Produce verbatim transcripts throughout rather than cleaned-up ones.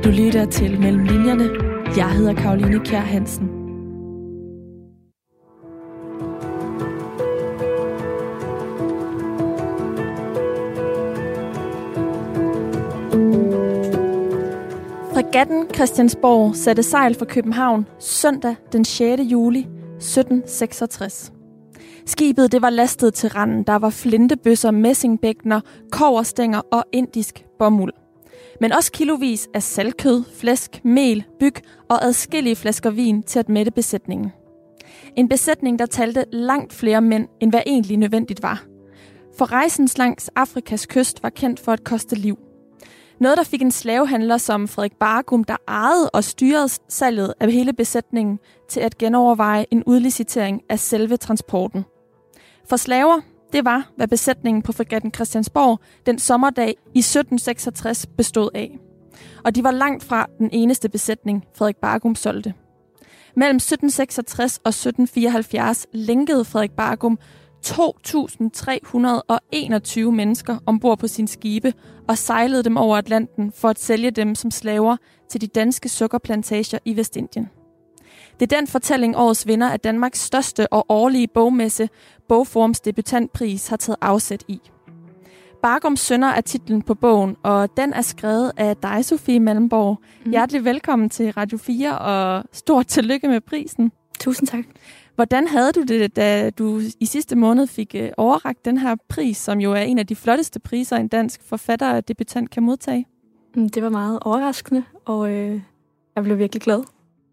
Du lytter til Mellem Linjerne. Jeg hedder Caroline Kjær Hansen. Fregatten Christiansborg satte sejl fra København søndag den sjette juli sytten seksogtres. Skibet det var lastet til randen. Der var flintebøsser, messingbækkener, kobberstænger og indisk bomuld. Men også kilovis af saltkød, flæsk, mel, byg og adskillige flasker vin til at mætte besætningen. En besætning, der talte langt flere mænd, end hvad egentlig nødvendigt var. For rejsen langs Afrikas kyst var kendt for at koste liv. Noget, der fik en slavehandler som Frederik Bargum, der ejede og styrede salget af hele besætningen, til at genoverveje en udlicitering af selve transporten. For slaver, det var, hvad besætningen på fregatten Christiansborg den sommerdag i sytten seksogtres bestod af. Og de var langt fra den eneste besætning, Frederik Bargum solgte. Mellem sytten seksogtres og sytten fireoghalvfjerds lænkede Frederik Bargum to tusind tre hundrede og enogtyve mennesker ombord på sine skibe og sejlede dem over Atlanten for at sælge dem som slaver til de danske sukkerplantager i Vestindien. Det er den fortælling, årets vinder af Danmarks største og årlige bogmesse, Bogforums debutantpris, har taget afsæt i. Bargums Sønner er titlen på bogen, og den er skrevet af dig, Sofie Malmborg. Mm. Hjertelig velkommen til Radio fire, og stort tillykke med prisen. Tusind tak. Hvordan havde du det, da du i sidste måned fik overrakt den her pris, som jo er en af de flotteste priser, en dansk forfatter og debutant kan modtage? Det var meget overraskende, og øh, jeg blev virkelig glad.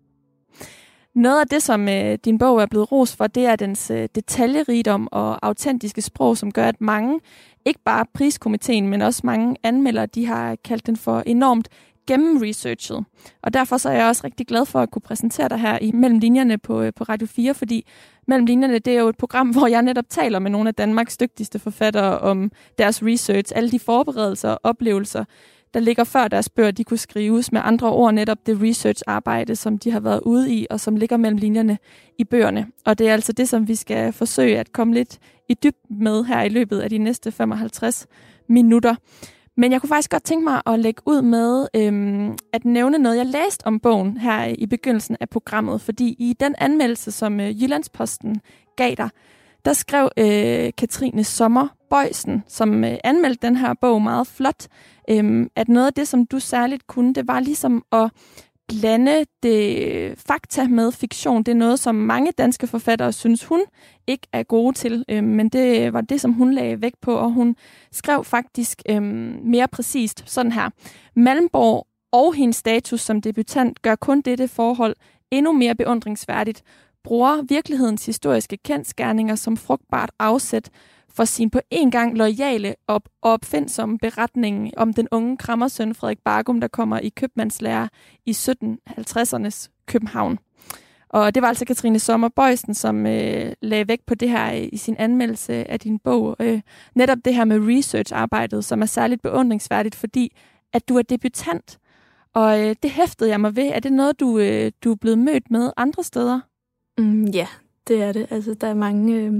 Noget af det, som øh, din bog er blevet ros for, det er dens øh, detaljerigdom og autentiske sprog, som gør, at mange, ikke bare priskomiteen, men også mange anmeldere, de har kaldt den for enormt gennemresearchet. Og derfor så er jeg også rigtig glad for at kunne præsentere dig her i Mellem Linjerne på, øh, på Radio fire, fordi Mellem Linjerne, det er jo et program, hvor jeg netop taler med nogle af Danmarks dygtigste forfattere om deres research, alle de forberedelser og oplevelser, der ligger før deres bøger, de kunne skrives, med andre ord netop det research-arbejde, som de har været ude i, og som ligger mellem linjerne i bøgerne. Og det er altså det, som vi skal forsøge at komme lidt i dybden med her i løbet af de næste femoghalvtreds minutter. Men jeg kunne faktisk godt tænke mig at lægge ud med øhm, at nævne noget, jeg læste om bogen her i begyndelsen af programmet, fordi i den anmeldelse, som øh, Jyllandsposten gav dig, der skrev øh, Katrine Sommer Bøjsen, som øh, anmeldte den her bog meget flot, øh, at noget af det, som du særligt kunne, det var ligesom at blande det fakta med fiktion. Det er noget, som mange danske forfattere synes, hun ikke er gode til, øh, men det var det, som hun lagde vægt på, og hun skrev faktisk øh, mere præcist sådan her. Malmborg og hendes status som debutant gør kun dette forhold endnu mere beundringsværdigt, bruger virkelighedens historiske kendsgerninger som frugtbart afsæt for sin på en gang loyale og opfindsomme beretning om den unge krammersøn Frederik Bargum, der kommer i købmandslære i sytten halvtredsernes København. Og det var altså Katrine Sommer Bøjsen, som øh, lagde vægt på det her i sin anmeldelse af din bog. Øh, netop det her med research-arbejdet, som er særligt beundringsværdigt, fordi at du er debutant. Og øh, det hæftede jeg mig ved. Er det noget, du, øh, du er blevet mødt med andre steder? Mm, ja, det er det. Altså, der er mange, øh,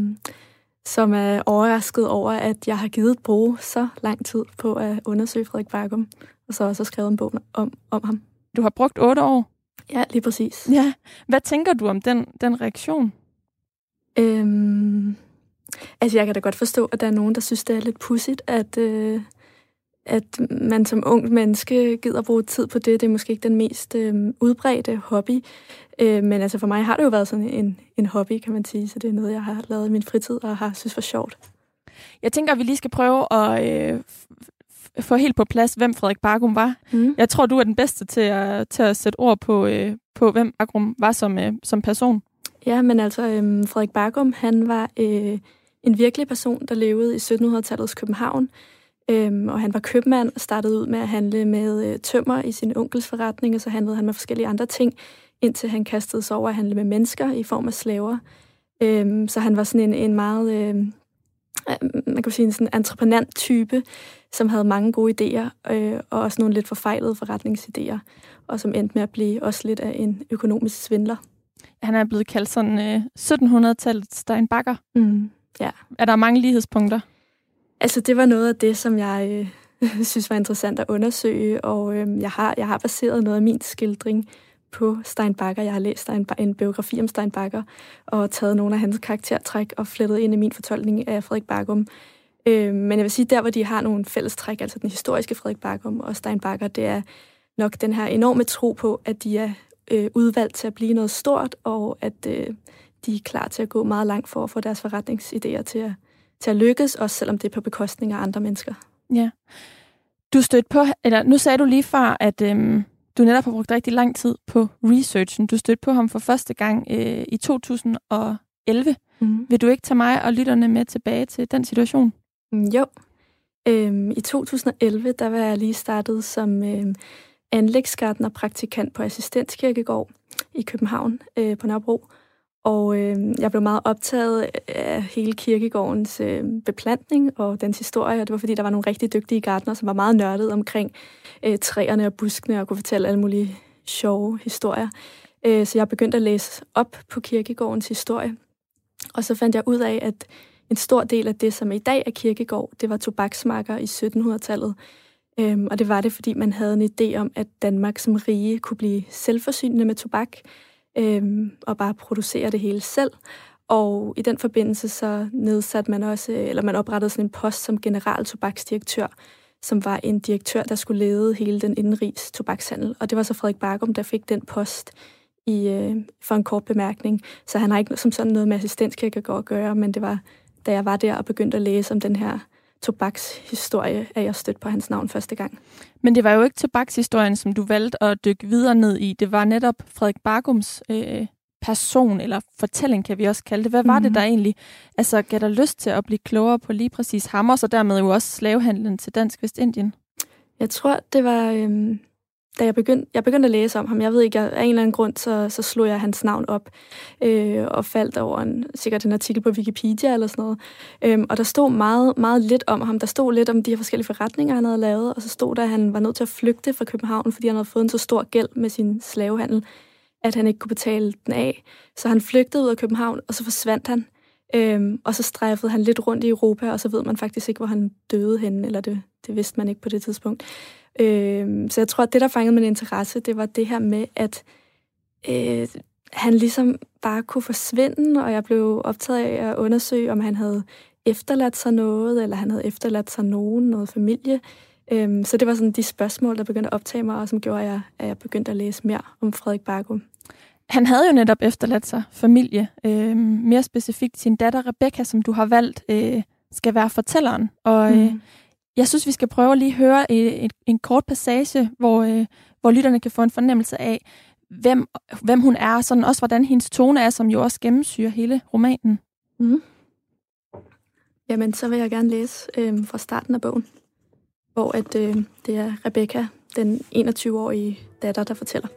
som er overrasket over, at jeg har givet bruge så lang tid på at undersøge Frederik Bargum, og så også har skrevet en bog om, om ham. Du har brugt otte år? Ja, lige præcis. Ja. Hvad tænker du om den, den reaktion? Øhm, altså, jeg kan da godt forstå, at der er nogen, der synes, det er lidt pudsigt, at, øh, at man som ung menneske gider bruge tid på det. Det er måske ikke den mest øh, udbredte hobby. Øh, men altså for mig har det jo været sådan en, en hobby, kan man sige. Så det er noget, jeg har lavet i min fritid og har synes var sjovt. Jeg tænker, at vi lige skal prøve at øh, f- få helt på plads, hvem Frederik Bargum var. Mm. Jeg tror, du er den bedste til at, til at sætte ord på, øh, på hvem Bargum var som, øh, som person. Ja, men altså øh, Frederik Bargum, han var øh, en virkelig person, der levede i syttenhundredetallets København. Øhm, og han var købmand og startede ud med at handle med øh, tømmer i sin onkels forretning, og så handlede han med forskellige andre ting, indtil han kastede sig over at handle med mennesker i form af slaver. Øhm, så han var sådan en, en meget, øh, man kan sige en sådan entreprenant type, som havde mange gode idéer, øh, og også nogle lidt forfejlede forretningsidéer, og som endte med at blive også lidt af en økonomisk svindler. Han er blevet kaldt sådan øh, syttenhundredetallets Stein Bagger. Mm, ja. Er der mange lighedspunkter? Altså, det var noget af det, som jeg, øh, synes var interessant at undersøge, og øh, jeg, har, jeg har baseret noget af min skildring på Stein Bagger. Jeg har læst en, en biografi om Stein Bagger, og taget nogle af hans karaktertræk og flettet ind i min fortolkning af Frederik Bargum. Øh, men jeg vil sige, der hvor de har nogle fællestræk, altså den historiske Frederik Bargum og Stein Bagger, det er nok den her enorme tro på, at de er øh, udvalgt til at blive noget stort, og at øh, de er klar til at gå meget langt for at få deres forretningsidéer til at, til at lykkes, også selvom det er på bekostning af andre mennesker. Ja. Du stødte på, eller nu sagde du lige før, at øhm, du netop har brugt rigtig lang tid på researchen. Du stødte på ham for første gang øh, i to tusind og elleve. Mm. Vil du ikke tage mig og lytterne med tilbage til den situation? Jo. Øhm, I to tusind og elleve, der var jeg lige startet som øh, anlægsgartner praktikant på Assistenskirkegård i København øh, på Nørrebro. Og øh, jeg blev meget optaget af hele kirkegårdens øh, beplantning og dens historie, og det var fordi, der var nogle rigtig dygtige gartnere, som var meget nørdet omkring øh, træerne og buskene og kunne fortælle alle mulige sjove historier. Øh, så jeg begyndte at læse op på kirkegårdens historie, og så fandt jeg ud af, at en stor del af det, som i dag er kirkegård, det var tobaksmarker i syttenhundredetallet. Øh, og det var det, fordi man havde en idé om, at Danmark som rige kunne blive selvforsynende med tobak, Øhm, og bare producere det hele selv. Og i den forbindelse så nedsatte man også, eller man oprettede sådan en post som generaltobaksdirektør, som var en direktør, der skulle lede hele den indenrigs tobakshandel. Og det var så Frederik Bargum, der fik den post i, øh, for en kort bemærkning. Så han har ikke som sådan noget med Assistenskirkegård at gøre, men det var, da jeg var der og begyndte at læse om den her tobakshistorie, at jeg stødte på hans navn første gang. Men det var jo ikke tobakshistorien, som du valgte at dykke videre ned i. Det var netop Frederik Bargums øh, person, eller fortælling, kan vi også kalde det. Hvad var mm-hmm. det der egentlig? Altså, gav dig lyst til at blive klogere på lige præcis ham, og så dermed jo også slavehandlen til Dansk Vestindien? Jeg tror, det var... Øh, da jeg begyndte, jeg begyndte at læse om ham, jeg ved ikke, af en eller anden grund, så, så slog jeg hans navn op øh, og faldt over en, sikkert en artikel på Wikipedia eller sådan noget. Øhm, og der stod meget, meget lidt om ham. Der stod lidt om de her forskellige forretninger, han havde lavet, og så stod der, at han var nødt til at flygte fra København, fordi han havde fået en så stor gæld med sin slavehandel, at han ikke kunne betale den af. Så han flygtede ud af København, og så forsvandt han. Øhm, og så strejfede han lidt rundt i Europa, og så ved man faktisk ikke, hvor han døde henne, eller det, det vidste man ikke på det tidspunkt. Øhm, så jeg tror, at det, der fangede min interesse, det var det her med, at øh, han ligesom bare kunne forsvinde, og jeg blev optaget af at undersøge, om han havde efterladt sig noget, eller han havde efterladt sig nogen, noget familie. Øhm, så det var sådan de spørgsmål, der begyndte at optage mig, og som gjorde, at jeg, at jeg begyndte at læse mere om Frederik Bargum. Han havde jo netop efterladt sig familie. Øh, mere specifikt sin datter Rebecca, som du har valgt, øh, skal være fortælleren. Og øh, mm. jeg synes, vi skal prøve at lige høre et, et, en kort passage, hvor, øh, hvor lytterne kan få en fornemmelse af, hvem, hvem hun er, og sådan også hvordan hendes tone er, som jo også gennemsyrer hele romanen. Mm. Jamen, så vil jeg gerne læse øh, fra starten af bogen, hvor at, øh, det er Rebecca, den enogtyve-årige datter, der fortæller.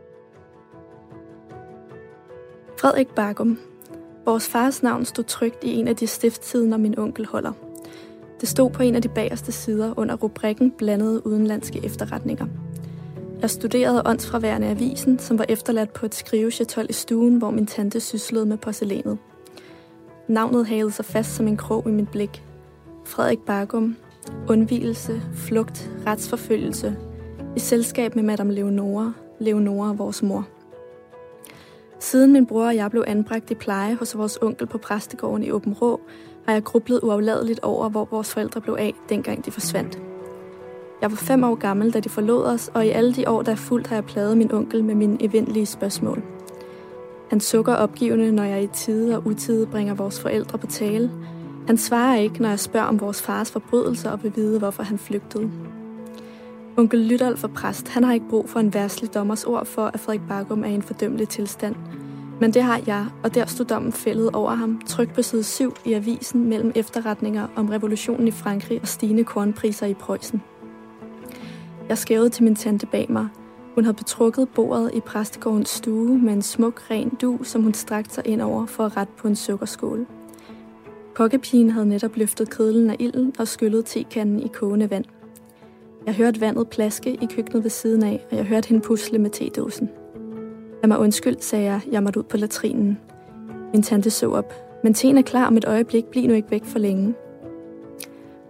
Frederik Bargum. Vores fars navn stod trykt i en af de stiftstider, min onkel holder. Det stod på en af de bagerste sider under rubrikken Blandede udenlandske efterretninger. Jeg studerede åndsfraværende avisen, som var efterladt på et skrivechatol i stuen, hvor min tante syslede med porcelænet. Navnet halede sig fast som en krog i mit blik. Frederik Bargum. Undvigelse, flugt, retsforfølgelse. I selskab med Madame Leonora. Leonora, vores mor. Siden min bror og jeg blev anbragt i pleje hos vores onkel på præstegården i Åben Rå, har jeg grublet uafladeligt over, hvor vores forældre blev af, dengang de forsvandt. Jeg var fem år gammel, da de forlod os, og i alle de år, der er fulgt, har jeg plaget min onkel med mine evindelige spørgsmål. Han sukker opgivende, når jeg i tide og utide bringer vores forældre på tale. Han svarer ikke, når jeg spørger om vores fars forbrydelser og vil vide, hvorfor han flygtede. Onkel Lytolf er præst. Han har ikke brug for en verdslig dommers ord for, at Frederik Bargum er i en fordømmelig tilstand. Men det har jeg, og der stod dommen fældet over ham, trykt på side syv i avisen mellem efterretninger om revolutionen i Frankrig og stigende kornpriser i Preussen. Jeg skævede til min tante bag mig. Hun havde betrukket bordet i præstegårdens stue med en smuk, ren du, som hun strakte sig ind over for at rette på en sukkerskål. Kokkepigen havde netop løftet kedlen af ilden og skyllet tekanden i kogende vand. Jeg hørte vandet plaske i køkkenet ved siden af, og jeg hørte hende pusle med tedåsen. Lad mig undskyld, sagde jeg, jammert ud på latrinen. Min tante så op. Men teen er klar om et øjeblik, bliv nu ikke væk for længe.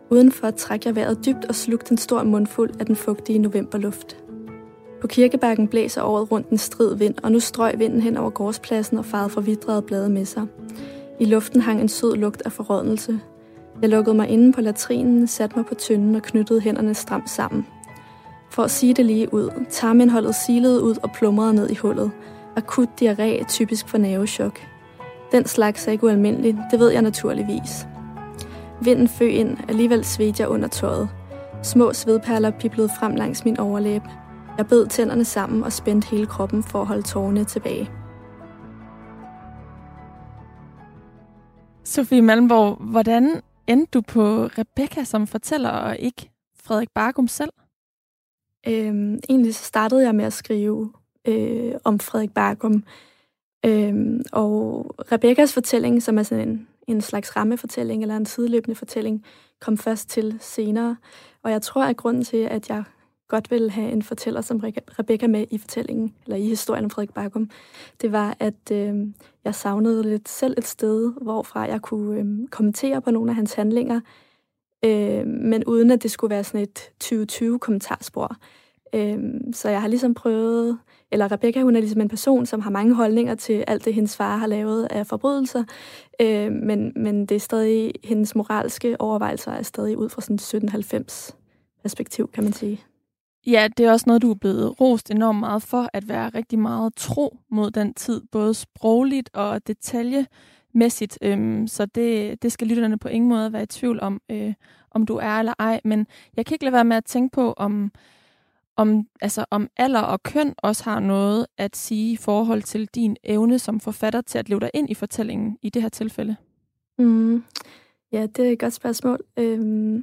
Udenfor trak jeg vejret dybt og slugte en stor mundfuld af den fugtige novemberluft. På kirkebakken blæser året rundt en strid vind, og nu strøg vinden hen over gårdspladsen og farede forvidrede blade med sig. I luften hang en sød lugt af forrådnelse. Jeg lukkede mig inde på latrinen, satte mig på tynden og knyttede hænderne stramt sammen. For at sige det lige ud, tarmindholdet silede ud og plumrede ned i hullet. Akut diarré, typisk for nervechok. Den slags er ikke ualmindelig, det ved jeg naturligvis. Vinden føg ind, alligevel svedte jeg under tøjet. Små svedperler piblede frem langs min overlæbe. Jeg bed tænderne sammen og spændte hele kroppen for at holde tårerne tilbage. Sofie Malmborg, hvordan endte du på Rebecca som fortæller, og ikke Frederik Bargum selv? Øhm, egentlig så startede jeg med at skrive øh, om Frederik Bargum. Øhm, og Rebeccas fortælling, som er sådan en, en slags rammefortælling eller en sideløbende fortælling, kom først til senere. Og jeg tror, at grunden til, at jeg godt ville have en fortæller som Rebecca med i fortællingen, eller i historien om Frederik Bargum, det var, at øh, jeg savnede lidt selv et sted, hvorfra jeg kunne øh, kommentere på nogle af hans handlinger, øh, men uden at det skulle være sådan et tyve tyve-kommentarspor. Øh, så jeg har ligesom prøvet, eller Rebecca, hun er ligesom en person, som har mange holdninger til alt det, hendes far har lavet af forbrydelser, øh, men, men det er stadig, hendes moralske overvejelser er stadig ud fra sådan sytten halvfems perspektiv, kan man sige. Ja, det er også noget, du er blevet rost enormt meget for, at være rigtig meget tro mod den tid, både sprogligt og detaljemæssigt. Øhm, så det, det skal lytterne på ingen måde være i tvivl om, øh, om du er eller ej. Men jeg kan ikke lade være med at tænke på, om, om, altså, om alder og køn også har noget at sige i forhold til din evne som forfatter til at leve dig ind i fortællingen i det her tilfælde. Mm. Ja, det er et godt spørgsmål. Øhm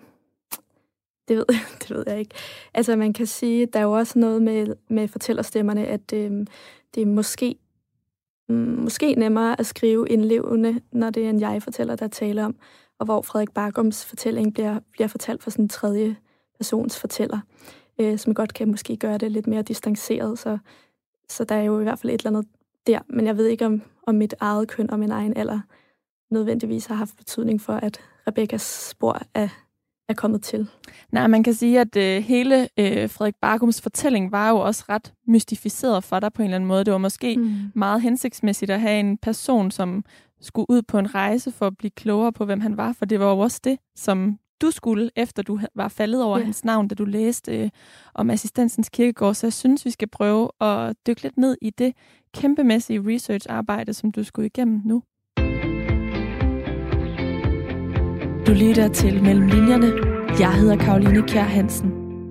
Det ved, det ved jeg ikke. Altså man kan sige, at der er jo også noget med, med fortællerstemmerne, at øh, det er måske, mm, måske nemmere at skrive indlevende, når det er en jeg-fortæller, der taler om, og hvor Frederik Bargums fortælling bliver, bliver fortalt for sådan en tredje persons fortæller, øh, som godt kan måske gøre det lidt mere distanceret, så, så der er jo i hvert fald et eller andet der, men jeg ved ikke, om, om mit eget køn og min egen alder nødvendigvis har haft betydning for, at Rebeccas spor er er kommet til. Nej, man kan sige, at øh, hele øh, Frederik Bargums fortælling var jo også ret mystificeret for dig på en eller anden måde. Det var måske mm. meget hensigtsmæssigt at have en person, som skulle ud på en rejse for at blive klogere på, hvem han var, for det var jo også det, som du skulle, efter du var faldet over yeah. hans navn, da du læste øh, om Assistensens Kirkegård. Så jeg synes, vi skal prøve at dykke lidt ned i det kæmpemæssige research-arbejde, som du skulle igennem nu. Du lytter til Mellem Linjerne. Jeg hedder Karoline Kjær Hansen.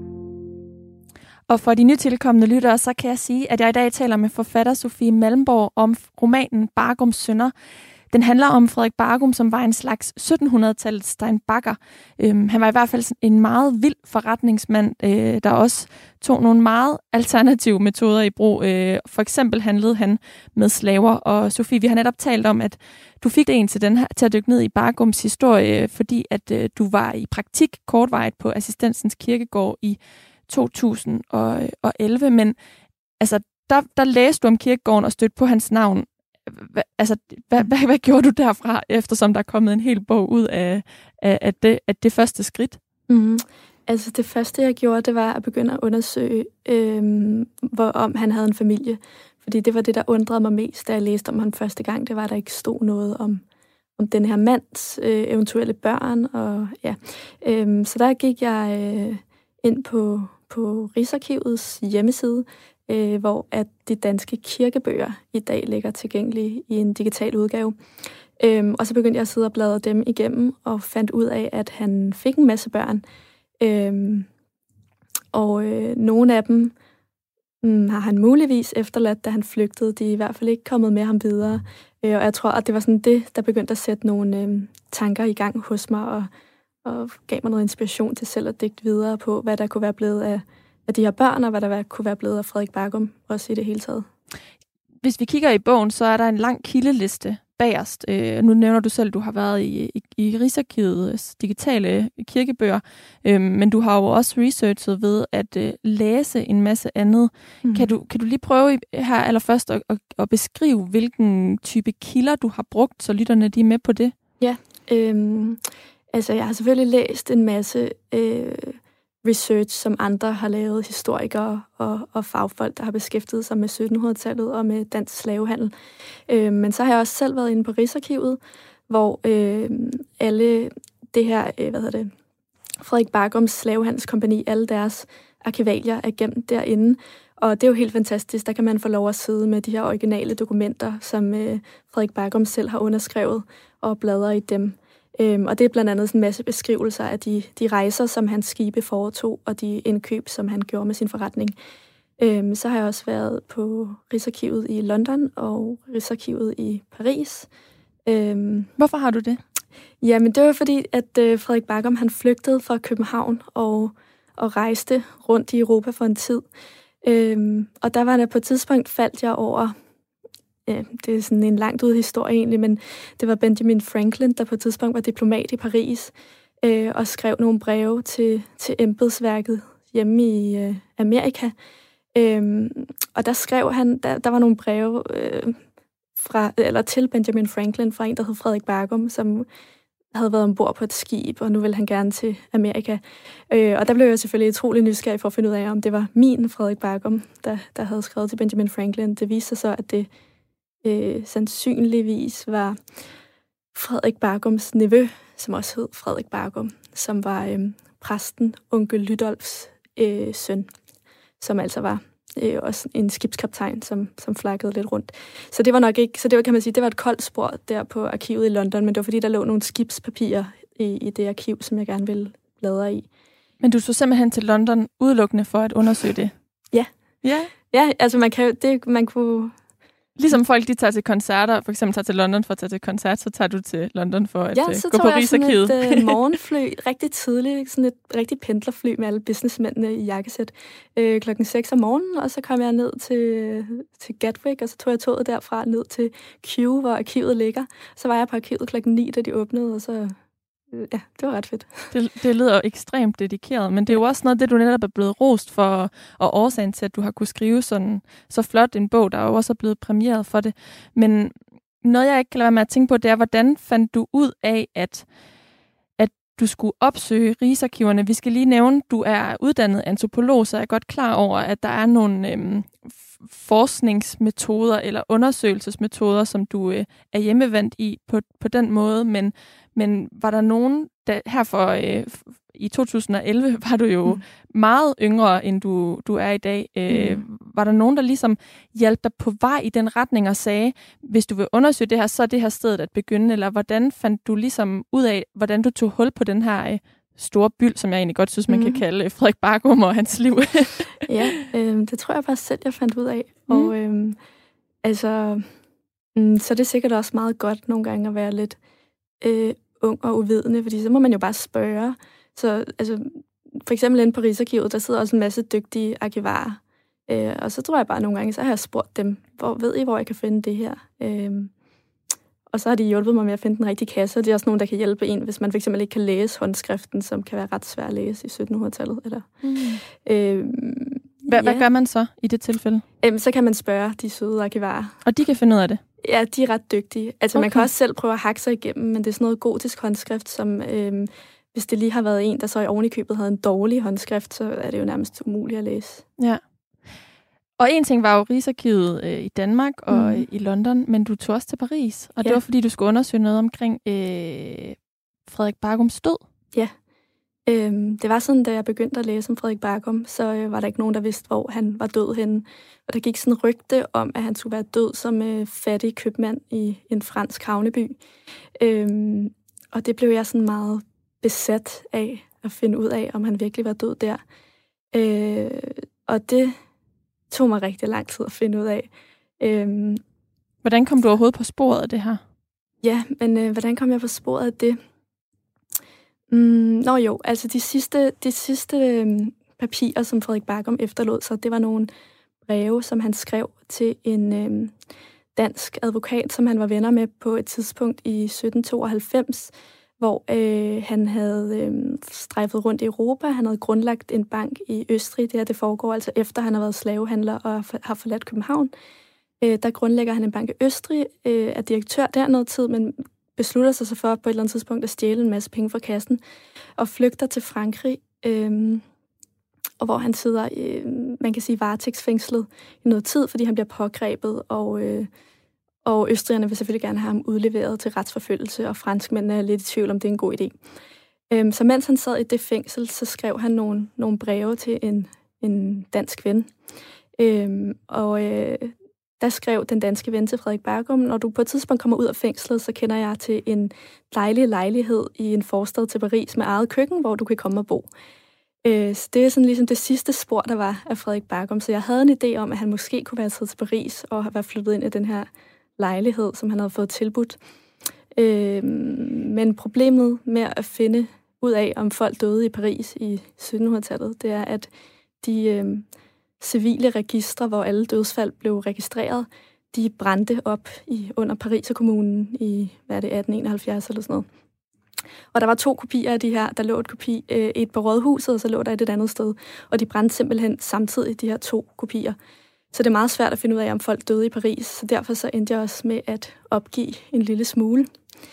Og for de nytilkommende lyttere, så kan jeg sige, at jeg i dag taler med forfatter Sofie Malmborg om romanen Bargums Synder. Den handler om Frederik Bargum, som var en slags sytten hundrede-tallets Stein Bagger. Øhm, han var i hvert fald en meget vild forretningsmand, øh, der også tog nogle meget alternative metoder i brug. Øh, for eksempel handlede han med slaver. Og Sofie, vi har netop talt om, at du fik det en til, den her, til at dykke ned i Bargums historie, fordi at øh, du var i praktik kortvarigt på Assistensens Kirkegård i to tusind og elleve. Men altså, der, der læste du om kirkegården og stødte på hans navn. Hva, altså, hvad, hvad, hvad gjorde du derfra, eftersom der er kommet en hel bog ud af, af, af, det, af det første skridt? Mm. Altså, det første, jeg gjorde, det var at begynde at undersøge, øhm, hvor om han havde en familie. Fordi det var det, der undrede mig mest, da jeg læste om ham første gang. Det var, at der ikke stod noget om, om den her mands øh, eventuelle børn. Og, ja. øhm, så der gik jeg øh, ind på, på Rigsarkivets hjemmeside, Øh, hvor at de danske kirkebøger i dag ligger tilgængelige i en digital udgave. Øhm, og så begyndte jeg at sidde og bladre dem igennem, og fandt ud af, at han fik en masse børn. Øhm, og øh, nogle af dem mm, har han muligvis efterladt, da han flygtede. De er i hvert fald ikke kommet med ham videre. Øh, og jeg tror, at det var sådan det, der begyndte at sætte nogle øh, tanker i gang hos mig, og, og gav mig noget inspiration til selv at digte videre på, hvad der kunne være blevet af af de her børn, og hvad der kunne være blevet af Frederik Bargum, også i det hele taget. Hvis vi kigger i bogen, så er der en lang kildeliste bagerst. Øh, nu nævner du selv, at du har været i, i, i Rigsarkivets digitale kirkebøger, øh, men du har jo også researchet ved at øh, læse en masse andet. Mm. Kan, du, kan du lige prøve her allerførst at, at, at beskrive, hvilken type kilder du har brugt, så lytterne de er med på det? Ja, øhm, Altså, jeg har selvfølgelig læst en masse øh, research, som andre har lavet, historikere og, og fagfolk, der har beskæftiget sig med syttenhundredetallet og med dansk slavehandel. Øh, men så har jeg også selv været inde på Rigsarkivet, hvor øh, alle det her, øh, hvad hedder det, Frederik Bargums slavehandelskompagni, alle deres arkivalier er gemt derinde. Og det er jo helt fantastisk. Der kan man få lov at sidde med de her originale dokumenter, som øh, Frederik Bargum selv har underskrevet, og bladre i dem. Øhm, og det er blandt andet sådan en masse beskrivelser af de, de rejser, som hans skibe foretog, og de indkøb, som han gjorde med sin forretning. Øhm, så har jeg også været på Rigsarkivet i London og Rigsarkivet i Paris. Øhm, Hvorfor har du det? Jamen, det var fordi, at øh, Frederik Bargum, han flygtede fra København og, og rejste rundt i Europa for en tid. Øhm, og der var der på et tidspunkt, faldt jeg over, øh, det er sådan en langt ud historie egentlig, men det var Benjamin Franklin, der på et tidspunkt var diplomat i Paris, øh, og skrev nogle breve til, til embedsværket hjemme i øh, Amerika. Øhm, og der skrev han, der, der var nogle breve øh, fra, eller til Benjamin Franklin fra en, der hed Frederik Bargum, som havde været ombord på et skib, og nu ville han gerne til Amerika. Øh, og der blev jeg selvfølgelig utrolig nysgerrig for at finde ud af, om det var min Frederik Bargum, der, der havde skrevet til Benjamin Franklin. Det viste sig så, at det øh, sandsynligvis var Frederik Bargums nevø, som også hed Frederik Bargum, som var øh, præsten onkel Lydolfs øh, søn, som altså var øh, også en skibskaptajn, som, som flakkede lidt rundt. Så det var nok ikke, så det var, kan man sige, det var et koldt spor der på arkivet i London, men det var fordi, der lå nogle skibspapirer i, i det arkiv, som jeg gerne ville bladre i. Men du tog simpelthen til London udelukkende for at undersøge det? Ja. Ja? Ja, altså man kan det, man kunne... Ligesom folk, de tager til koncerter, for eksempel tager til London for at tage til koncert, så tager du til London for at ja, gå så på Rigsarkivet. Ja, så tog jeg sådan et uh, morgenfly, rigtig tidligt, sådan et rigtig pendlerfly med alle businessmændene i jakkesæt, øh, klokken seks om morgenen, og så kom jeg ned til, til Gatwick, og så tog jeg toget derfra ned til Kew, hvor arkivet ligger. Så var jeg på arkivet klokken ni, da de åbnede, og så... Ja, det var ret fedt. Det, det lyder ekstremt dedikeret, men det er jo også noget, det du netop er blevet rost for, og årsagen til, at du har kunne skrive sådan så flot en bog, der er jo også er blevet præmieret for det. Men noget, jeg ikke kan lade være med at tænke på, det er, hvordan fandt du ud af, at, at du skulle opsøge Rigsarkiverne? Vi skal lige nævne, du er uddannet antropolog, så jeg er godt klar over, at der er nogle øhm, forskningsmetoder eller undersøgelsesmetoder, som du øh, er hjemmevendt i på, på den måde, men Men var der nogen, der, her for øh, i to tusind og elleve var du jo mm. meget yngre, end du, du er i dag. Øh, mm. Var der nogen, der ligesom hjalp dig på vej i den retning og sagde, hvis du vil undersøge det her, så er det her stedet at begynde? Eller hvordan fandt du ligesom ud af, hvordan du tog hul på den her øh, store byld, som jeg egentlig godt synes, man mm. kan kalde Frederik Bargum og hans liv? Ja, øh, det tror jeg bare selv, jeg fandt ud af. Mm. Og øh, altså, mm, så det er sikkert også meget godt nogle gange at være lidt... Øh, ung og uvidende, fordi så må man jo bare spørge. Så altså, for eksempel inde på Rigsarkivet, der sidder også en masse dygtige arkivarer. Øh, og så tror jeg bare nogle gange, så har jeg spurgt dem, hvor ved I, hvor jeg kan finde det her? Øh, og så har de hjulpet mig med at finde den rigtige kasse, og det er også nogen, der kan hjælpe en, hvis man for eksempel ikke kan læse håndskriften, som kan være ret svær at læse i syttenhundredetallet. Eller, mm. øh, Hvad, ja. hvad gør man så i det tilfælde? Øh, så kan man spørge de søde arkivarer. Og de kan finde ud af det? Ja, de er ret dygtige. Altså, okay. Man kan også selv prøve at hakke sig igennem, men det er sådan noget gotisk håndskrift, som øhm, hvis det lige har været en, der så i ovenikøbet havde en dårlig håndskrift, så er det jo nærmest umuligt at læse. Ja. Og en ting var jo Rigsarkivet øh, i Danmark og mm. i London, men du tog også til Paris, og ja. Det var fordi, du skulle undersøge noget omkring øh, Frederik Bargums død. Ja. Øhm, det var sådan, da jeg begyndte at læse om Frederik Bargum, så øh, var der ikke nogen, der vidste, hvor han var død henne. Og der gik sådan en rygte om, at han skulle være død som øh, fattig købmand i en fransk havneby. Øhm, og det blev jeg sådan meget besat af at finde ud af, om han virkelig var død der. Øh, og det tog mig rigtig lang tid at finde ud af. Øhm, hvordan kom du overhovedet på sporet af det her? Ja, men øh, hvordan kom jeg på sporet af det? Mm, nå jo, altså de sidste, de sidste øhm, papirer, som Frederik Bargum efterlod sig, det var nogle breve, som han skrev til en øhm, dansk advokat, som han var venner med på et tidspunkt i sytten tooghalvfems, hvor øh, han havde øh, strejfet rundt i Europa. Han havde grundlagt en bank i Østrig. Det her, det foregår altså efter, han har været slavehandler og har forladt København. Øh, der grundlægger han en bank i Østrig, øh, er direktør der noget tid, men beslutter sig så for på et eller andet tidspunkt at stjæle en masse penge fra kassen og flygter til Frankrig, øh, og hvor han sidder, øh, man kan sige, varetægtsfængslet i noget tid, fordi han bliver pågrebet, og, øh, og østrigerne vil selvfølgelig gerne have ham udleveret til retsforfølgelse, og franskmændene er lidt i tvivl om, det er en god idé. Øh, så mens han sad i det fængsel, så skrev han nogle, nogle breve til en, en dansk ven. Øh, og øh, der skrev den danske ven til Frederik Bergum, når du på et tidspunkt kommer ud af fængslet, så kender jeg til en dejlig lejlighed i en forstad til Paris med eget køkken, hvor du kan komme og bo. Så det er sådan ligesom det sidste spor, der var af Frederik Bergum. Så jeg havde en idé om, at han måske kunne være taget til Paris og have været flyttet ind i den her lejlighed, som han havde fået tilbudt. Men problemet med at finde ud af, om folk døde i Paris i syttenhundredetallet, det er, at de øh, civile registre, hvor alle dødsfald blev registreret, de brændte op i, under Pariserkommunen i, hvad er det, atten enoghalvfjerds eller sådan noget. Og der var to kopier af de her. Der lå et kopi, øh, et på Rådhuset, og så lå der et, et andet sted. Og de brændte simpelthen samtidig, de her to kopier. Så det er meget svært at finde ud af, om folk døde i Paris. Så derfor så endte jeg også med at opgive en lille smule.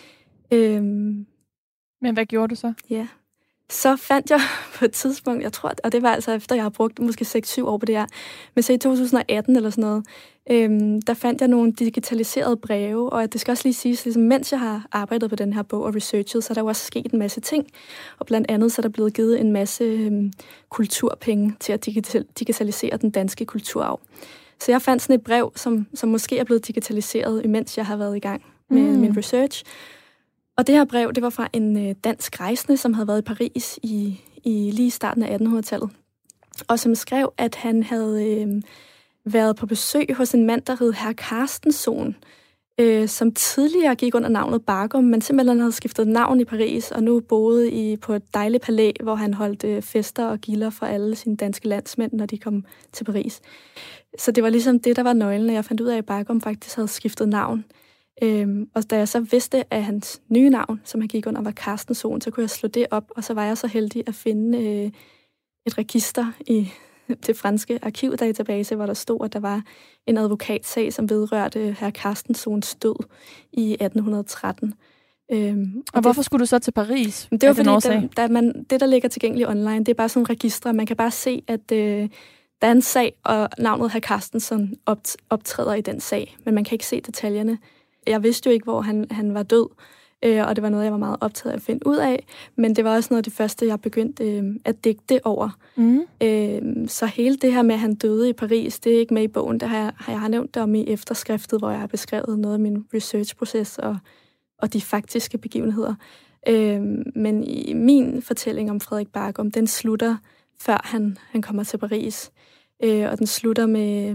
Øhm, Men hvad gjorde du så? Ja, så fandt jeg på et tidspunkt, jeg tror, og det var altså efter, jeg har brugt måske seks syv år på det her, men så i to tusind og atten eller sådan noget, øhm, der fandt jeg nogle digitaliserede breve, og det skal også lige siges, ligesom, mens jeg har arbejdet på den her bog og researchet, så er der jo også sket en masse ting, og blandt andet så er der blevet givet en masse øhm, kulturpenge til at digital- digitalisere den danske kulturarv. Så jeg fandt sådan et brev, som, som måske er blevet digitaliseret, imens jeg har været i gang med mm. min research. Og det her brev, det var fra en dansk rejsende, som havde været i Paris i, i lige starten af attenhundredetallet. Og som skrev, at han havde øh, været på besøg hos en mand, der hed herr Carstenson, øh, som tidligere gik under navnet Bergum, men simpelthen havde skiftet navn i Paris, og nu boede i, på et dejligt palæ, hvor han holdt øh, fester og gilder for alle sine danske landsmænd, når de kom til Paris. Så det var ligesom det, der var nøglen, og jeg fandt ud af, at Bergum faktisk havde skiftet navn. Øhm, og da jeg så vidste, at hans nye navn, som han gik under, var Carstenson, så kunne jeg slå det op, og så var jeg så heldig at finde øh, et register i det franske arkivdatabase, hvor der stod, at der var en advokatsag, som vedrørte herr Carstensons død i atten tretten. Øhm, og, og hvorfor det, skulle du så til Paris? Det var fordi, der, der man, det, der ligger tilgængeligt online, det er bare sådan nogle registre. Man kan bare se, at øh, der er en sag, og navnet herr Carstenson optræder i den sag, men man kan ikke se detaljerne. Jeg vidste jo ikke, hvor han, han var død, øh, og det var noget, jeg var meget optaget af at finde ud af, men det var også noget af det første, jeg begyndte øh, at digte over. Mm. Øh, så hele det her med, at han døde i Paris, det er ikke med i bogen. Det har jeg, har jeg nævnt det om i efterskriftet, hvor jeg har beskrevet noget af min research-proces og, og de faktiske begivenheder. Øh, men i min fortælling om Frederik Bergum, den slutter, før han, han kommer til Paris, øh, og den slutter med...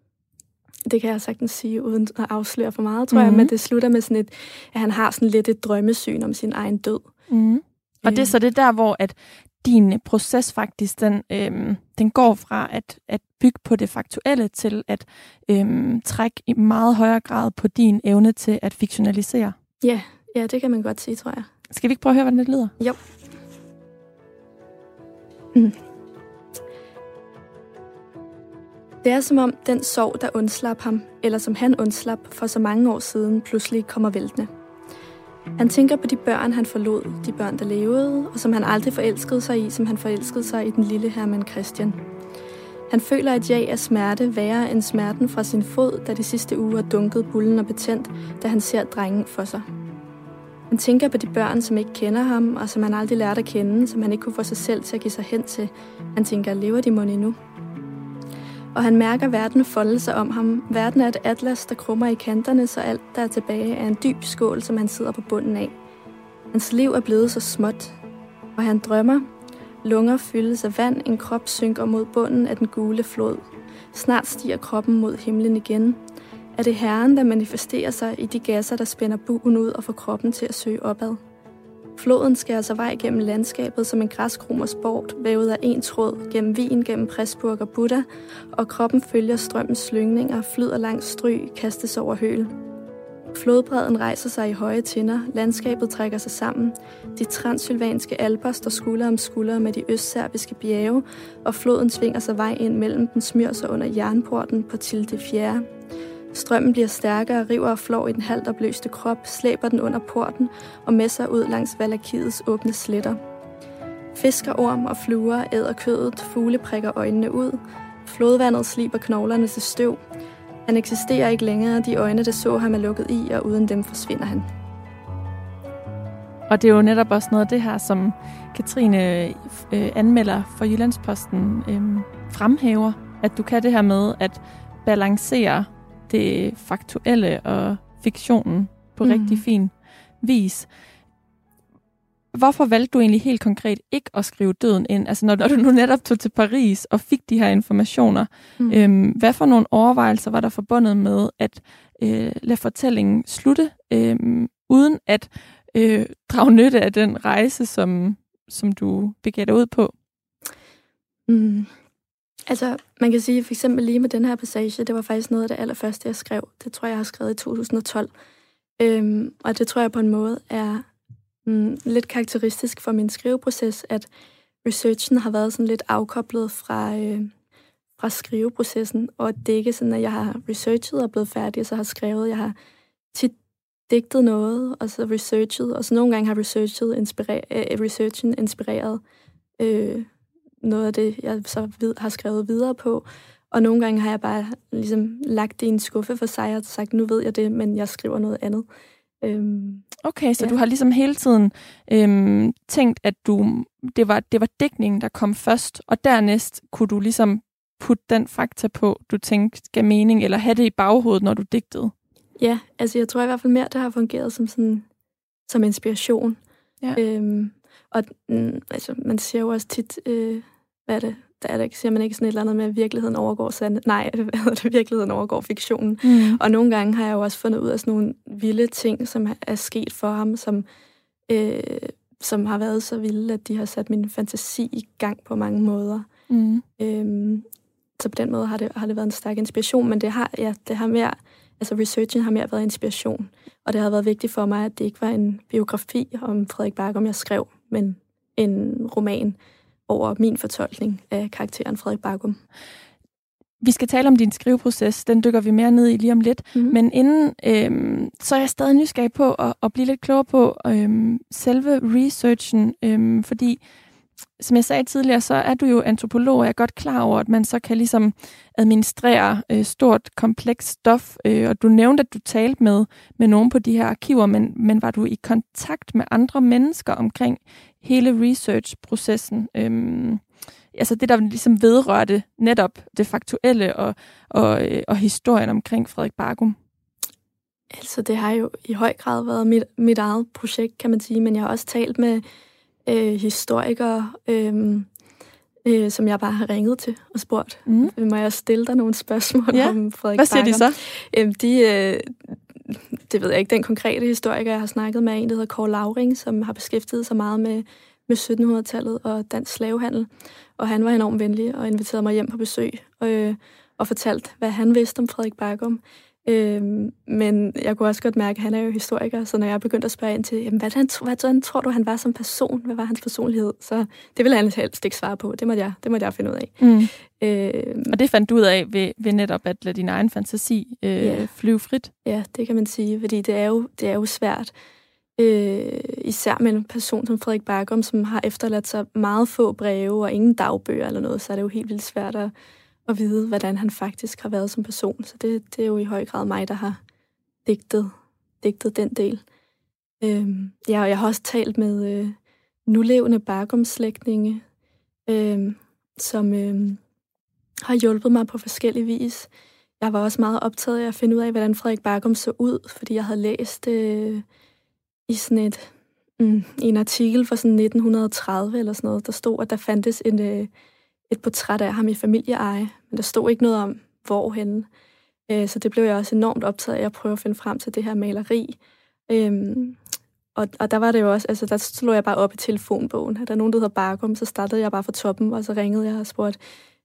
Det kan jeg sagtens sige, uden at afsløre for meget, tror mm-hmm. jeg, men det slutter med sådan et, at han har sådan lidt et drømmesyn om sin egen død. Mm. Og det er så det der, hvor at din proces faktisk, den, øhm, den går fra at, at bygge på det faktuelle til at øhm, trække i meget højere grad på din evne til at fiktionalisere. Ja, ja, det kan man godt sige, tror jeg. Skal vi ikke prøve at høre, hvordan det lyder? Jo. Mm. Det er som om den sorg, der undslap ham, eller som han undslap for så mange år siden, pludselig kommer væltende. Han tænker på de børn, han forlod, de børn, der levede, og som han aldrig forelskede sig i, som han forelskede sig i den lille Hermann Christian. Han føler et jag af smerte værre end smerten fra sin fod, da de sidste uger dunkede bullen og betændt, da han ser drengen for sig. Han tænker på de børn, som ikke kender ham, og som han aldrig lærte at kende, som han ikke kunne få sig selv til at give sig hen til. Han tænker, lever de mon endnu? Og han mærker verden folde sig om ham. Verden er et atlas, der krummer i kanterne, så alt, der er tilbage, er en dyb skål, som han sidder på bunden af. Hans liv er blevet så småt, og han drømmer. Lunger fyldes af vand, en krop synker mod bunden af den gule flod. Snart stiger kroppen mod himlen igen. Er det Herren, der manifesterer sig i de gasser, der spænder buen ud og får kroppen til at søge opad? Floden skærer sig vej gennem landskabet som en græskromers bort, vævet af en tråd, gennem Wien, gennem Pressburg og Buddha, og kroppen følger strømmens slyngninger, flyder langs stryg, kastes over høl. Flodbredden rejser sig i høje tinder, landskabet trækker sig sammen, de transsylvanske alper står skulder om skulder med de østserbiske bjerge, og floden svinger sig vej ind mellem den, smyrer sig under jernporten på Til det fjerde. Strømmen bliver stærkere, river og flår i den halvt opløste krop, slæber den under porten og med sig ud langs Valakiets åbne sletter. Fisker, orm og fluer æder kødet, fugle prikker øjnene ud, flodvandet sliber knoglerne til støv. Han eksisterer ikke længere, de øjne, der så ham, er lukket i, og uden dem forsvinder han. Og det er jo netop også noget af det her, som Katrine øh, anmelder for Jyllandsposten øh, fremhæver, at du kan det her med at balancere det faktuelle og fiktionen på mm. rigtig fin vis. Hvorfor valgte du egentlig helt konkret ikke at skrive døden ind? Altså når du nu netop tog til Paris og fik de her informationer, mm. øhm, hvad for nogle overvejelser var der forbundet med at øh, lade fortællingen slutte, øh, uden at øh, drage nytte af den rejse, som, som du begav dig ud på? Mm. Altså, man kan sige, for eksempel lige med den her passage, det var faktisk noget af det allerførste, jeg skrev. Det tror jeg, jeg har skrevet i to tusind og tolv. Øhm, og det tror jeg på en måde er mm, lidt karakteristisk for min skriveproces, at researchen har været sådan lidt afkoblet fra, øh, fra skriveprocessen, og det er ikke sådan, at jeg har researchet og blevet færdig, og så har skrevet. Jeg har tit digtet noget, og så researchet, og så nogle gange har researchet inspireret, øh, researchen inspireret øh, noget af det, jeg så vid- har skrevet videre på. Og nogle gange har jeg bare ligesom lagt det i en skuffe for sig og sagt, nu ved jeg det, men jeg skriver noget andet. Øhm, okay, så ja. Du har ligesom hele tiden øhm, tænkt, at du det var, det var dækningen, der kom først, og dernæst kunne du ligesom putte den fakta på, du tænkte gav mening, eller have det i baghovedet, når du digtede? Ja, altså jeg tror i hvert fald mere, det har fungeret som, sådan, som inspiration. Ja. Øhm, og mm, altså, man siger jo også tit, øh, hvad er det? Der er det ikke, siger man ikke sådan et eller andet med, at virkeligheden overgår sand... Nej, hvad hedder det? Virkeligheden overgår fiktionen. Mm. Og nogle gange har jeg jo også fundet ud af sådan nogle vilde ting, som er sket for ham, som, øh, som har været så vilde, at de har sat min fantasi i gang på mange måder. Mm. Øhm, så på den måde har det, har det været en stærk inspiration, men det har, ja, det har mere... Altså researchen har mere været inspiration, og det har været vigtigt for mig, at det ikke var en biografi om Frederik Bargum, jeg skrev, men en roman over min fortolkning af karakteren Frederik Bargum. Vi skal tale om din skriveproces, den dykker vi mere ned i lige om lidt, mm-hmm. men inden, øhm, så er jeg stadig nysgerrig på at, at blive lidt klogere på øhm, selve researchen, øhm, fordi som jeg sagde tidligere, så er du jo antropolog, og jeg er godt klar over, at man så kan ligesom administrere øh, stort, komplekst stof, øh, og du nævnte, at du talte med, med nogen på de her arkiver, men, men var du i kontakt med andre mennesker omkring hele research-processen? Øhm, altså det, der ligesom vedrørte netop det faktuelle og, og, øh, og historien omkring Frederik Bargum? Altså det har jo i høj grad været mit, mit eget projekt, kan man sige, men jeg har også talt med Øh, historikere, øh, øh, som jeg bare har ringet til og spurgt. Mm. Må jeg stille dig nogle spørgsmål ja. om Frederik Hvad siger Bargum? de så? Øh, de, øh, det ved jeg ikke. Den konkrete historiker, jeg har snakket med, en, der hedder Kåre Lauring, som har beskæftiget sig meget med, med syttenhundredetallet og dansk slavehandel. Og han var enormt venlig og inviterede mig hjem på besøg og, øh, og fortalte, hvad han vidste om Frederik Bargum. Øhm, men jeg kunne også godt mærke, at han er jo historiker, så når jeg begyndte at spørge ind til, jamen, hvad, han, hvad tror du, han var som person? Hvad var hans personlighed? Så det ville han helst ikke svare på. Det måtte jeg, det måtte jeg finde ud af. Mm. Øhm, og det fandt du ud af ved, ved netop at lade din egen fantasi øh, yeah. flyve frit? Ja, det kan man sige, fordi det er jo, det er jo svært. Øh, især med en person som Frederik Bargum, som har efterladt sig meget få breve og ingen dagbøger eller noget, så er det jo helt vildt svært at at vide, hvordan han faktisk har været som person. Så det, det er jo i høj grad mig, der har digtet, digtet den del. Øhm, ja, og jeg har også talt med øh, nulevende Bargum-slægtninge, øh, som øh, har hjulpet mig på forskellige vis. Jeg var også meget optaget af at finde ud af, hvordan Frederik Bargum så ud, fordi jeg havde læst øh, i sådan et, mm, en artikel fra sådan nitten tredive eller sådan noget, der stod, at der fandtes en... Øh, et portræt af ham i familieeje, men der stod ikke noget om, hvorhenne. Så det blev jeg også enormt optaget af at prøve at finde frem til det her maleri. Og, og der var det jo også, altså der slog jeg bare op i telefonbogen. Er der nogen, der hedder Bargum, så startede jeg bare fra toppen, og så ringede jeg og spurgte,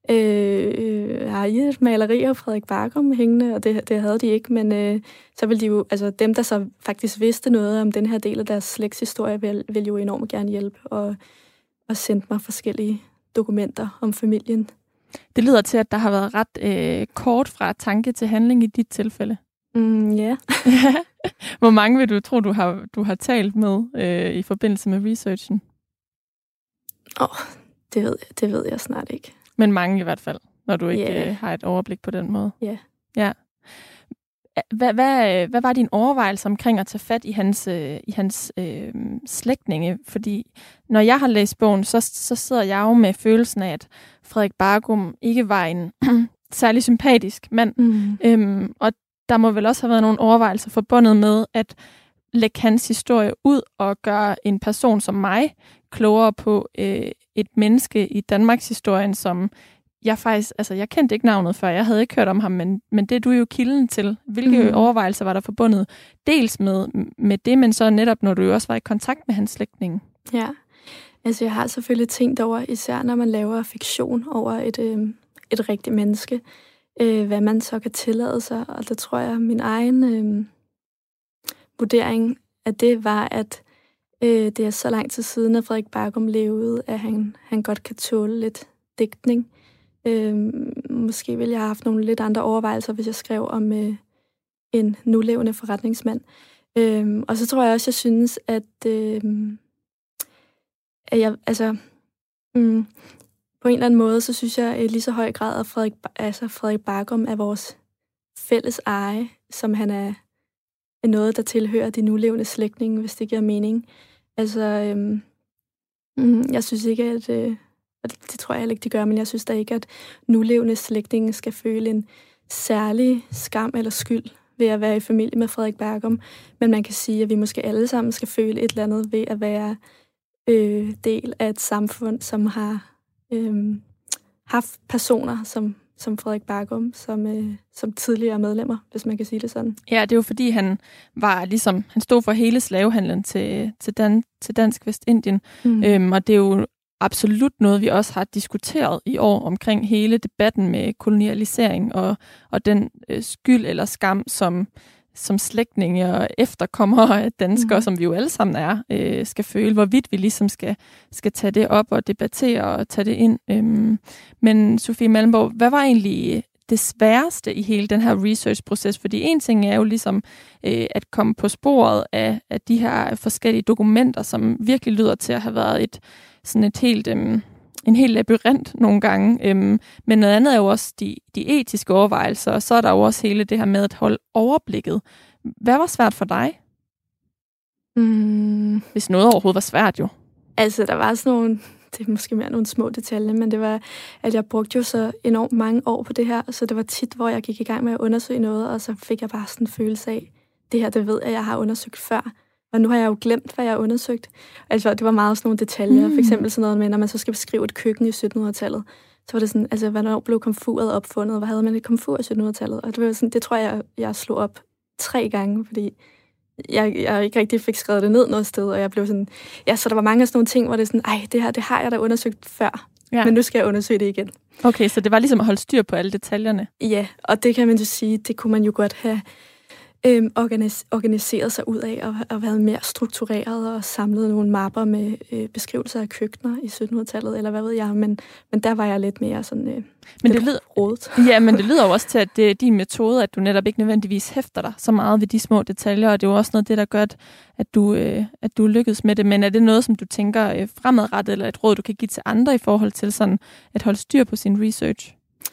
øh, har I et maleri af Frederik Bargum hængende? Og det, det havde de ikke, men øh, så ville de jo, altså dem, der så faktisk vidste noget om den her del af deres slægtshistorie, ville, ville jo enormt gerne hjælpe, og, og sendte mig forskellige dokumenter om familien. Det Det lyder til, at der har været ret øh, kort fra tanke til handling i dit tilfælde. Mm, ja. Hvor mange vil du tro, du har, du har talt med øh, i forbindelse med researchen? Åh, oh, det ved jeg, det ved jeg snart ikke. Men mange i hvert fald, når du ikke Yeah. øh, har et overblik på den måde. Ja. Yeah. Ja. Hvad, hvad, hvad var din overvejelse omkring at tage fat i hans, øh, i hans øh, slægtninge? Fordi når jeg har læst bogen, så, så sidder jeg jo med følelsen af, at Frederik Bargum ikke var en særlig sympatisk mand. Mm. Øhm, og der må vel også have været nogle overvejelser forbundet med at lægge hans historie ud og gøre en person som mig klogere på øh, et menneske i Danmarks historien, som jeg faktisk, altså jeg kendte ikke navnet før, jeg havde ikke hørt om ham, men, men det er du jo kilden til. Hvilke mm. overvejelser var der forbundet? Dels med, med det, men så netop, når du jo også var i kontakt med hans slægtninge. Ja, altså jeg har selvfølgelig tænkt over, især når man laver fiktion over et, øh, et rigtigt menneske, øh, hvad man så kan tillade sig, og der tror jeg, min egen øh, vurdering af det var, at øh, det er så lang tid siden, at Frederik Bargum levede, at han, han godt kan tåle lidt digtning. Øh, måske ville jeg have haft nogle lidt andre overvejelser, hvis jeg skrev om øh, en nulevende forretningsmand. Øh, og så tror jeg også, jeg synes, at, øh, at jeg, altså, mm, på en eller anden måde, så synes jeg i lige så høj grad, at Frederik, altså Frederik Bargum er vores fælles eje, som han er, er noget, der tilhører de nulevende slægtninge, hvis det giver mening. Altså, øh, mm, jeg synes ikke, at... Øh, og det, det tror jeg heller ikke, de gør, men jeg synes da ikke, at nulevende slægtninge skal føle en særlig skam eller skyld ved at være i familie med Frederik Bargum. Men man kan sige, at vi måske alle sammen skal føle et eller andet ved at være øh, del af et samfund, som har øh, haft personer som, som Frederik Bargum, som, øh, som tidligere medlemmer, hvis man kan sige det sådan. Ja, det er jo fordi, han var ligesom, han stod for hele slavehandlen til, til, Dan, til Dansk Vestindien. Mm. Øhm, og det er jo absolut noget, vi også har diskuteret i år omkring hele debatten med kolonialisering og, og den øh, skyld eller skam, som, som slægtninge og efterkommere af danskere, mm. som vi jo alle sammen er, øh, skal føle, hvorvidt vi ligesom skal, skal tage det op og debattere og tage det ind. Øhm, men Sofie Malmborg, hvad var egentlig det sværeste i hele den her research-proces? Fordi en ting er jo ligesom øh, at komme på sporet af, af de her forskellige dokumenter, som virkelig lyder til at have været et sådan et helt, øhm, en helt labyrint nogle gange. Øhm, men noget andet er jo også de, de etiske overvejelser, og så er der jo også hele det her med at holde overblikket. Hvad var svært for dig? Mm. Hvis noget overhovedet var svært jo. Altså, der var sådan nogle, det er måske mere nogle små detaljer, men det var, at jeg brugte jo så enormt mange år på det her, så det var tit, hvor jeg gik i gang med at undersøge noget, og så fik jeg bare sådan en følelse af, det her, det ved jeg, jeg har undersøgt før. Og nu har jeg jo glemt, hvad jeg har undersøgt. Altså, det var meget sådan nogle detaljer. Mm. For eksempel sådan noget med, når man så skal beskrive et køkken i syttenhundredetallet. Så var det sådan, altså, hvornår blev komfuret opfundet? Hvad havde man et komfur i syttenhundredetallet? Og det var sådan, det tror jeg, jeg slog op tre gange, fordi jeg, jeg ikke rigtig fik skrevet det ned noget sted. Og jeg blev sådan, ja, så der var mange af sådan nogle ting, hvor det er sådan, ej, det her, det har jeg da undersøgt før. Ja. Men nu skal jeg undersøge det igen. Okay, så det var ligesom at holde styr på alle detaljerne? Ja, og det kan man jo sige, det kunne man jo godt have Øhm, organis- organiseret sig ud af og, og været mere struktureret og samlet nogle mapper med øh, beskrivelser af køkkener i syttenhundredetallet, eller hvad ved jeg, men, men der var jeg lidt mere sådan øh, men det lyder, rodet. Ja, men det lyder jo også til, at det er din metode, at du netop ikke nødvendigvis hæfter dig så meget ved de små detaljer, og det er jo også noget af det, der gør, at du, øh, at du lykkedes med det. Men er det noget, som du tænker øh, fremadrettet, eller et råd, du kan give til andre i forhold til sådan at holde styr på sin research?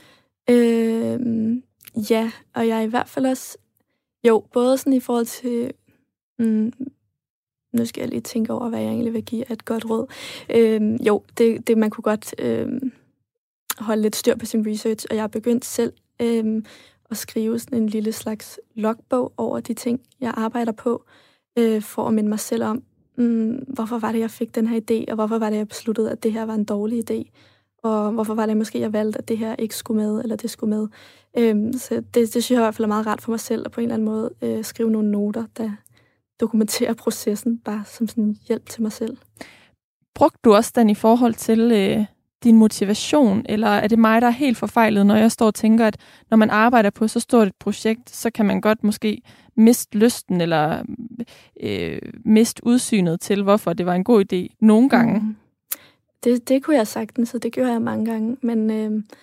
Øh, ja, og jeg er i hvert fald også Jo, både sådan i forhold til... Mm, nu skal jeg lige tænke over, hvad jeg egentlig vil give et godt råd. Øhm, jo, det, det man kunne godt øhm, holde lidt styr på sin research, og jeg har begyndt selv øhm, at skrive sådan en lille slags logbog over de ting, jeg arbejder på, øh, for at minde mig selv om, mm, hvorfor var det, jeg fik den her idé, og hvorfor var det, jeg besluttede, at det her var en dårlig idé. Og hvorfor var det måske, jeg valgte, at det her ikke skulle med, eller det skulle med. Øhm, så det, det synes jeg i hvert fald er meget rart for mig selv, at på en eller anden måde øh, skrive nogle noter, der dokumenterer processen, bare som sådan en hjælp til mig selv. Brugte du også den i forhold til øh, din motivation, eller er det mig, der er helt forfejlet, når jeg står og tænker, at når man arbejder på så stort et projekt, så kan man godt måske miste lysten, eller øh, miste udsynet til, hvorfor det var en god idé nogle gange? Mm. Det, det kunne jeg sagtens, og det gjorde jeg mange gange, men øh,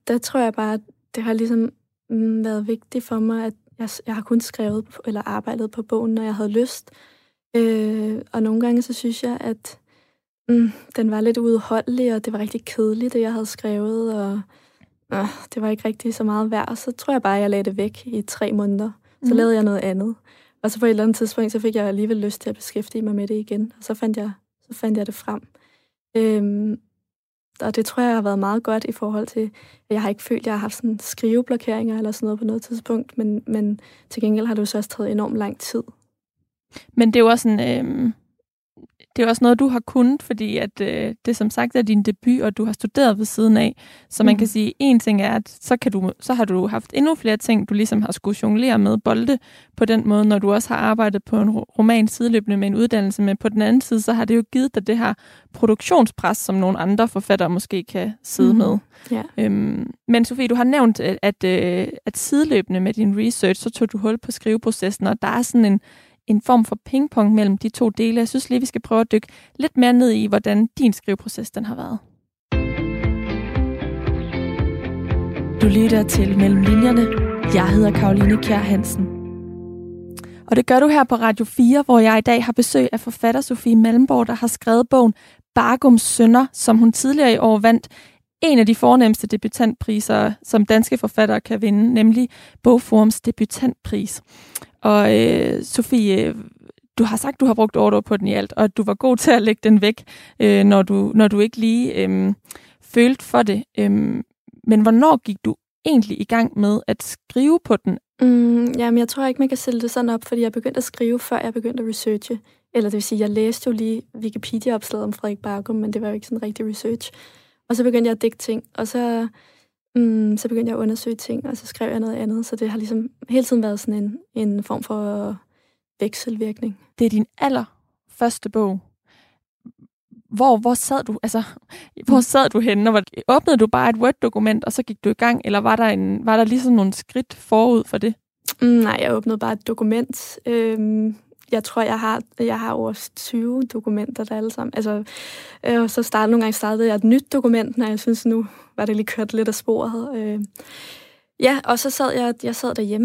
der tror jeg bare, at det har ligesom mm, været vigtigt for mig, at jeg, jeg har kun skrevet eller arbejdet på bogen, når jeg havde lyst. Øh, og nogle gange så synes jeg, at mm, den var lidt uudholdelig, og det var rigtig kedeligt, det jeg havde skrevet, og øh, det var ikke rigtig så meget værd. Og så tror jeg bare, at jeg lagde det væk i tre måneder. Så mm. lavede jeg noget andet. Og så på et eller andet tidspunkt, så fik jeg alligevel lyst til at beskæftige mig med det igen. Og så fandt jeg, så fandt jeg det frem. Øhm, og det tror jeg har været meget godt i forhold til, at jeg har ikke følt, at jeg har haft sådan skriveblokeringer eller sådan noget på noget tidspunkt, men, men til gengæld har det jo så også taget enormt lang tid. Men det er jo også en, øh, det er også noget, du har kunnet, fordi at, øh, det som sagt er din debut, og du har studeret ved siden af. Så man mm. kan sige, en ting er, at så, kan du, så har du haft endnu flere ting, du ligesom har skulle jonglere med, bolde på den måde, når du også har arbejdet på en roman sideløbende med en uddannelse. Men på den anden side, så har det jo givet dig det her produktionspres, som nogle andre forfattere måske kan sidde mm. med. Yeah. Øhm, men Sofie, du har nævnt, at, at, at sideløbende med din research, så tog du hul på skriveprocessen, og der er sådan en en form for pingpong mellem de to dele. Jeg synes lige, vi skal prøve at dykke lidt mere ned i, hvordan din skriveproces den har været. Du lytter til Mellem Linjerne. Jeg hedder Karoline Kjær Hansen. Og det gør du her på Radio fire, hvor jeg i dag har besøg af forfatter Sofie Malmborg, der har skrevet bogen Bargums Sønner, som hun tidligere i år vandt en af de fornemmeste debutantpriser, som danske forfattere kan vinde, nemlig Bogforums debutantpris. Og øh, Sofie, du har sagt, du har brugt otte år på den i alt, og at du var god til at lægge den væk, øh, når, du, når du ikke lige øh, følte for det. Øh, men hvornår gik du egentlig i gang med at skrive på den? Mm, jamen, jeg tror ikke, man kan sætte det sådan op, fordi jeg begyndte at skrive, før jeg begyndte at researche. Eller det vil sige, jeg læste jo lige Wikipedia-opslaget om Frederik Bargum, men det var jo ikke sådan rigtig research. Og så begyndte jeg at dække ting, og så, mm, så begyndte jeg at undersøge ting, og så skrev jeg noget andet. Så det har ligesom hele tiden været sådan en, en form for vekselvirkning. Det er din allerførste bog. Hvor, hvor sad du? Altså, hvor sad du henne? Og åbnede du bare et Word-dokument, og så gik du i gang? Eller var der, en, var der ligesom nogle skridt forud for det? Mm, nej, jeg åbnede bare et dokument. Øhm, jeg tror, jeg har, jeg har over tyve dokumenter der alle sammen. Altså, øh, så startede, nogle gange startede jeg et nyt dokument, når jeg synes, nu var det lige kørt lidt af sporet. Øh, ja, og så sad jeg, jeg sad derhjemme.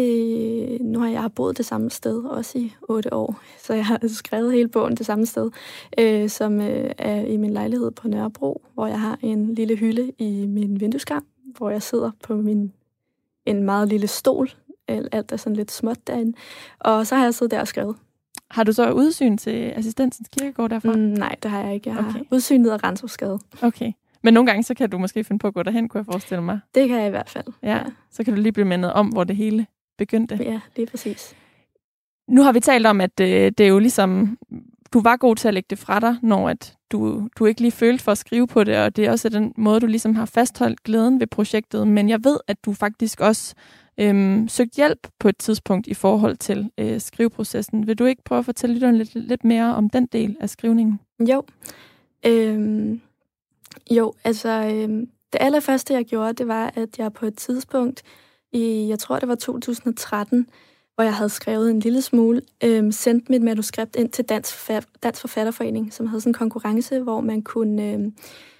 Øh, nu har jeg boet det samme sted, også i otte år. Så jeg har skrevet hele bogen det samme sted, øh, som øh, er i min lejlighed på Nørrebro, hvor jeg har en lille hylde i min vindueskarm, hvor jeg sidder på min en meget lille stol. Alt er sådan lidt småt derinde. Og så har jeg siddet der og skrevet. Har du så udsyn til Assistensens Kirkegård derfra? Mm, nej, det har jeg ikke. Jeg har okay. udsynet af Rantzausgade. Okay. Men nogle gange, så kan du måske finde på at gå derhen, kunne jeg forestille mig. Det kan jeg i hvert fald. Ja, ja. Så kan du lige blive mindet om, hvor det hele begyndte. Ja, lige præcis. Nu har vi talt om, at øh, det er jo ligesom, du var god til at lægge det fra dig, når at du, du ikke lige følte for at skrive på det, og det er også den måde, du ligesom har fastholdt glæden ved projektet. Men jeg ved, at du faktisk også øhm, søgte hjælp på et tidspunkt i forhold til øh, skriveprocessen. Vil du ikke prøve at fortælle lytteren lidt, lidt mere om den del af skrivningen? Jo. Øhm, jo, altså øhm, det allerførste, jeg gjorde, det var, at jeg på et tidspunkt i, jeg tror, det var to tusind og tretten, hvor jeg havde skrevet en lille smule, øhm, sendt mit manuskript ind til Dansk, Forfatter, Dansk Forfatterforening, som havde sådan en konkurrence, hvor man kunne øhm,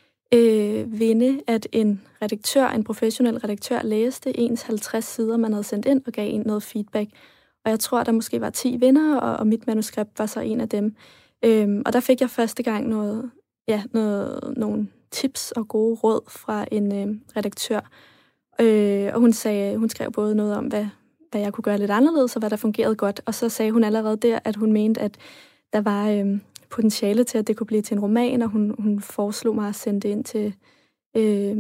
øh, vinde, at en redaktør, en professionel redaktør, læste ens halvtreds sider, man havde sendt ind, og gav en noget feedback. Og jeg tror, der måske var ti vindere, og, og mit manuskript var så en af dem. Øhm, og der fik jeg første gang noget, ja, noget, nogle tips og gode råd fra en øh, redaktør. Øh, og hun sagde, hun skrev både noget om, hvad, hvad jeg kunne gøre lidt anderledes, og hvad der fungerede godt. Og så sagde hun allerede der, at hun mente, at der var øh, potentiale til, at det kunne blive til en roman, og hun, hun foreslog mig at sende det ind til øh,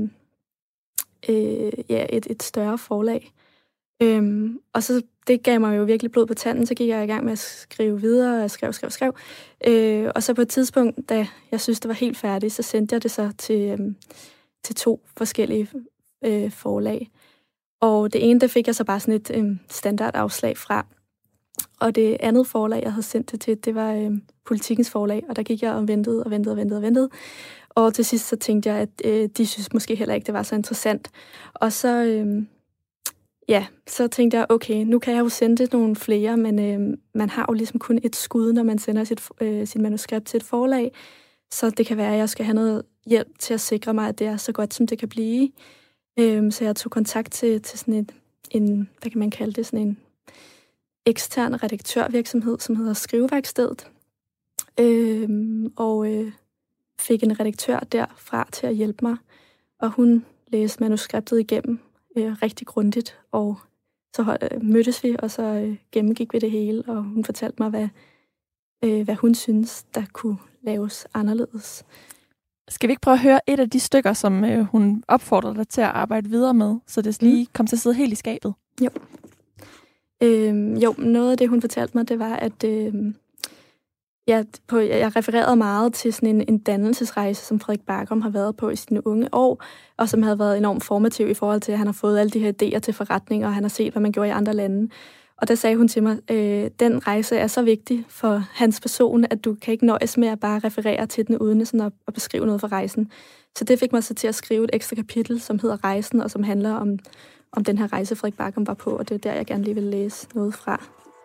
øh, ja, et, et større forlag. Øhm, og så det gav mig jo virkelig blod på tanden, så gik jeg i gang med at skrive videre, og jeg skrev, skrev, skrev. Øh, og så på et tidspunkt, da jeg synes, det var helt færdigt, så sendte jeg det så til, øhm, til to forskellige øh, forlag. Og det ene, der fik jeg så bare sådan et øhm, standardafslag fra. Og det andet forlag, jeg havde sendt det til, det var øhm, Politikens forlag, og der gik jeg og ventede og ventede og ventede og ventede. Og til sidst så tænkte jeg, at øh, de synes måske heller ikke, det var så interessant. Og så... Øhm, Ja, så tænkte jeg, okay, nu kan jeg jo sende det nogle flere, men øh, man har jo ligesom kun et skud, når man sender sit, øh, sit manuskript til et forlag. Så det kan være, at jeg skal have noget hjælp til at sikre mig, at det er så godt, som det kan blive. Øhm, så jeg tog kontakt til, til sådan et, en, hvad kan man kalde det, sådan en ekstern redaktørvirksomhed, som hedder Skriveværkstedet. Øhm, og øh, fik en redaktør derfra til at hjælpe mig. Og hun læste manuskriptet igennem øh, rigtig grundigt, og så øh, mødtes vi, og så øh, gennemgik vi det hele, og hun fortalte mig, hvad, øh, hvad hun synes, der kunne laves anderledes. Skal vi ikke prøve at høre et af de stykker, som øh, hun opfordrede dig til at arbejde videre med, så det lige kom til at sidde helt i skabet? Jo. Øhm, jo, noget af det, hun fortalte mig, det var, at øh, jeg, på, jeg refererede meget til sådan en, en dannelsesrejse, som Frederik Barkum har været på i sine unge år, og som havde været enormt formativ i forhold til, at han har fået alle de her idéer til forretninger, og han har set, hvad man gjorde i andre lande. Og der sagde hun til mig, øh, den rejse er så vigtig for hans person, at du kan ikke nøjes med at bare referere til den, uden sådan at, at beskrive noget fra rejsen. Så det fik mig så til at skrive et ekstra kapitel, som hedder Rejsen, og som handler om, om den her rejse, Frederik Barkum var på, og det er der, jeg gerne lige vil læse noget fra.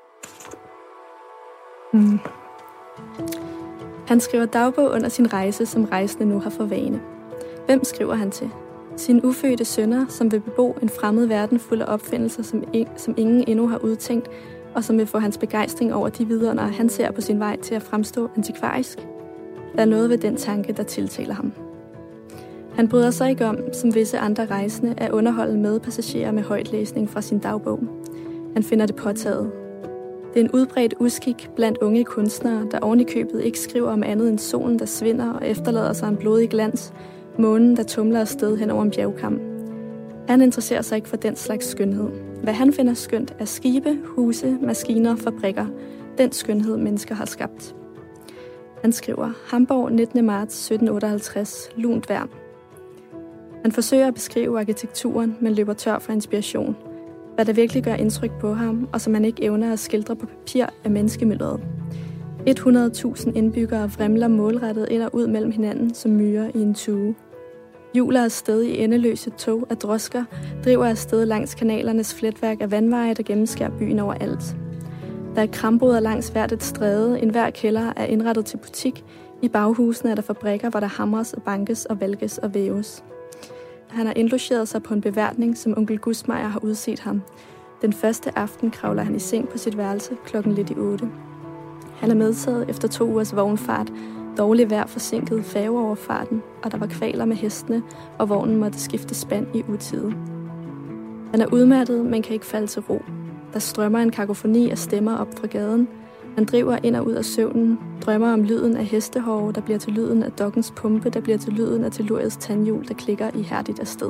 Hmm. Han skriver dagbog under sin rejse, som rejsende nu har for vane. Hvem skriver han til? Sine ufødte sønner, som vil bebo en fremmed verden fuld af opfindelser, som, som ingen endnu har udtænkt, og som vil få hans begejstring over de vidunder, han ser på sin vej til at fremstå antikvarisk. Der er noget ved den tanke, der tiltaler ham. Han bryder sig ikke om, som visse andre rejsende, at underholde med passagerer med højtlæsning fra sin dagbog. Han finder det påtaget. Det er en udbredt uskik blandt unge kunstnere, der oven i købet ikke skriver om andet end solen, der svinder og efterlader sig en blodig glans, månen, der tumler afsted hen over en bjergkam. Han interesserer sig ikke for den slags skønhed. Hvad han finder skønt er skibe, huse, maskiner, fabrikker. Den skønhed, mennesker har skabt. Han skriver, Hamborg nittende marts sytten otteoghalvtreds, lunt vejr. Han forsøger at beskrive arkitekturen, men løber tør for inspiration. Hvad der virkelig gør indtryk på ham, og som han ikke evner at skildre på papir, er menneskemyldret. hundrede tusind indbyggere vrimler målrettet ind og ud mellem hinanden som myrer i en tue. Hjuler afsted i endeløse tog af drosker, driver afsted langs kanalernes fletværk af vandveje, der gennemskærer byen overalt. Der er kramboder langs hvert et stræde, en hver kælder er indrettet til butik. I baghusene er der fabrikker, hvor der hamres og bankes og valkes og væves. Han har indlogeret sig på en beværtning, som onkel Gusmeier har udset ham. Den første aften kravler han i seng på sit værelse klokken lidt i otte. Han er medtaget efter to ugers vognfart, dårlig vejr forsinkede færgeoverfarten, og der var kvaler med hestene, og vognen måtte skifte spand i utide. Han er udmattet, men kan ikke falde til ro. Der strømmer en kakofoni af stemmer op fra gaden. Han driver ind og ud af søvnen, drømmer om lyden af hestehove, der bliver til lyden af dokkens pumpe, der bliver til lyden af telluriets tandhjul, der klikker ihærdigt afsted.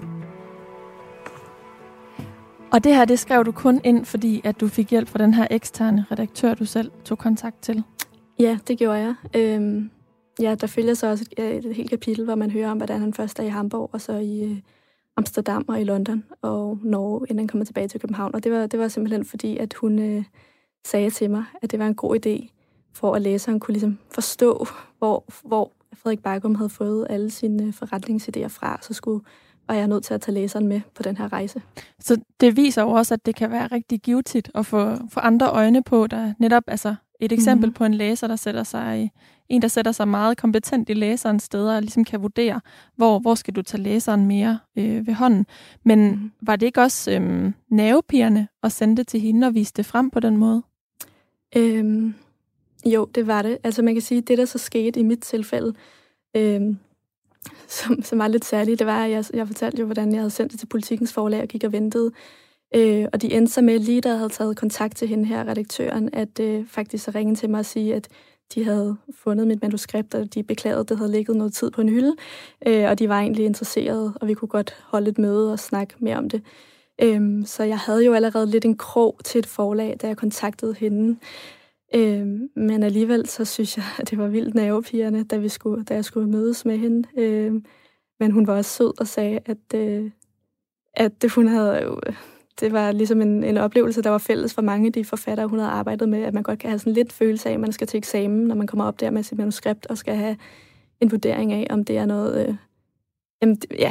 Og det her, det skrev du kun ind, fordi at du fik hjælp fra den her eksterne redaktør, du selv tog kontakt til? Ja, det gjorde jeg. Øhm, ja, der følger så også et, et helt kapitel, hvor man hører om, hvordan han først er i Hamburg, og så i øh, Amsterdam og i London og Norge, inden han kommer tilbage til København. Og det var, det var simpelthen fordi, at hun øh, sagde til mig, at det var en god idé for at læseren kunne ligesom forstå, hvor, hvor Frederik Barkum havde fået alle sine forretningsidéer fra, så skulle og jeg er nødt til at tage læseren med på den her rejse. Så det viser jo også, at det kan være rigtig givtigt at få, få andre øjne på, der netop, altså et eksempel mm. på en læser, der sætter sig, en der sætter sig meget kompetent i læserens steder, og ligesom kan vurdere, hvor, hvor skal du tage læseren mere øh, ved hånden. Men mm. var det ikke også øh, nervepirrende at sende det til hende og vise det frem på den måde? Øhm, jo, det var det. Altså man kan sige, at det der så skete i mit tilfælde, øh, Som, som var lidt særligt, det var, at jeg, jeg fortalte jo, hvordan jeg havde sendt det til Politikens forlag og gik og ventede. Øh, og de endte så med, lige da jeg havde taget kontakt til hende her, redaktøren, at øh, faktisk så ringede til mig og sige, at de havde fundet mit manuskript, og de beklagede, at det havde ligget noget tid på en hylde. Øh, og de var egentlig interesserede, og vi kunne godt holde et møde og snakke mere om det. Øh, så jeg havde jo allerede lidt en krog til et forlag, da jeg kontaktede hende. Øh, men alligevel så synes jeg, at det var vildt nervepirrende, da, vi skulle, da jeg skulle mødes med hende. Øh, men hun var også sød og sagde, at, øh, at det, hun havde, øh, det var ligesom en, en oplevelse, der var fælles for mange af de forfattere, hun havde arbejdet med, at man godt kan have sådan lidt følelse af, at man skal til eksamen, når man kommer op der med sit manuskript og skal have en vurdering af, om det er noget... Øh, jamen, ja,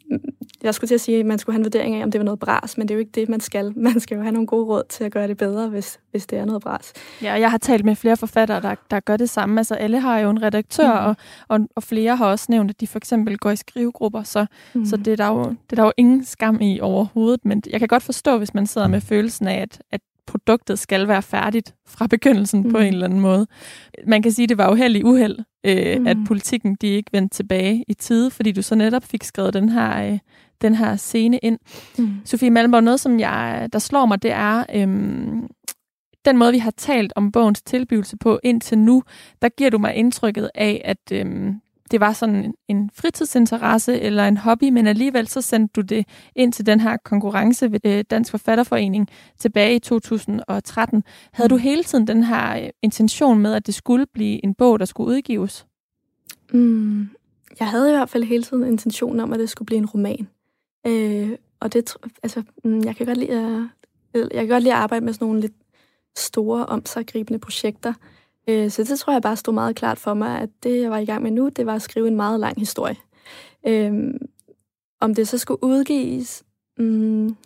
jeg skulle til at sige, at man skulle have en vurdering af, om det var noget bras, men det er jo ikke det, man skal. Man skal jo have nogle gode råd til at gøre det bedre, hvis, hvis det er noget bras. Ja, jeg har talt med flere forfattere, der, der gør det samme. Altså alle har jo en redaktør, mm. og, og, og flere har også nævnt, at de for eksempel går i skrivegrupper, så, mm. så det, er der jo, det er der jo ingen skam i overhovedet. Men jeg kan godt forstå, hvis man sidder med følelsen af, at, at produktet skal være færdigt fra begyndelsen mm. på en eller anden måde. Man kan sige, at det var uheldig uheld, øh, mm. at politikken de ikke vendte tilbage i tide, fordi du så netop fik skrevet den her, øh, den her scene ind. Mm. Sofie Malmborg, noget, som jeg, der slår mig, det er øhm, den måde, vi har talt om bogens tilblivelse på indtil nu, der giver du mig indtrykket af, at øhm, det var sådan en fritidsinteresse eller en hobby, men alligevel så sendte du det ind til den her konkurrence ved øh, Dansk Forfatterforening tilbage i to tusind og tretten. Havde du hele tiden den her øh, intention med, at det skulle blive en bog, der skulle udgives? Mm, jeg havde i hvert fald hele tiden intentionen om, at det skulle blive en roman. Øh, og det, altså, jeg kan godt lide at, jeg kan godt lide at arbejde med sådan nogle lidt store, omsiggribende projekter. Øh, så det tror jeg bare stod meget klart for mig, at det, jeg var i gang med nu, det var at skrive en meget lang historie. Øh, om det så skulle udgives, mm,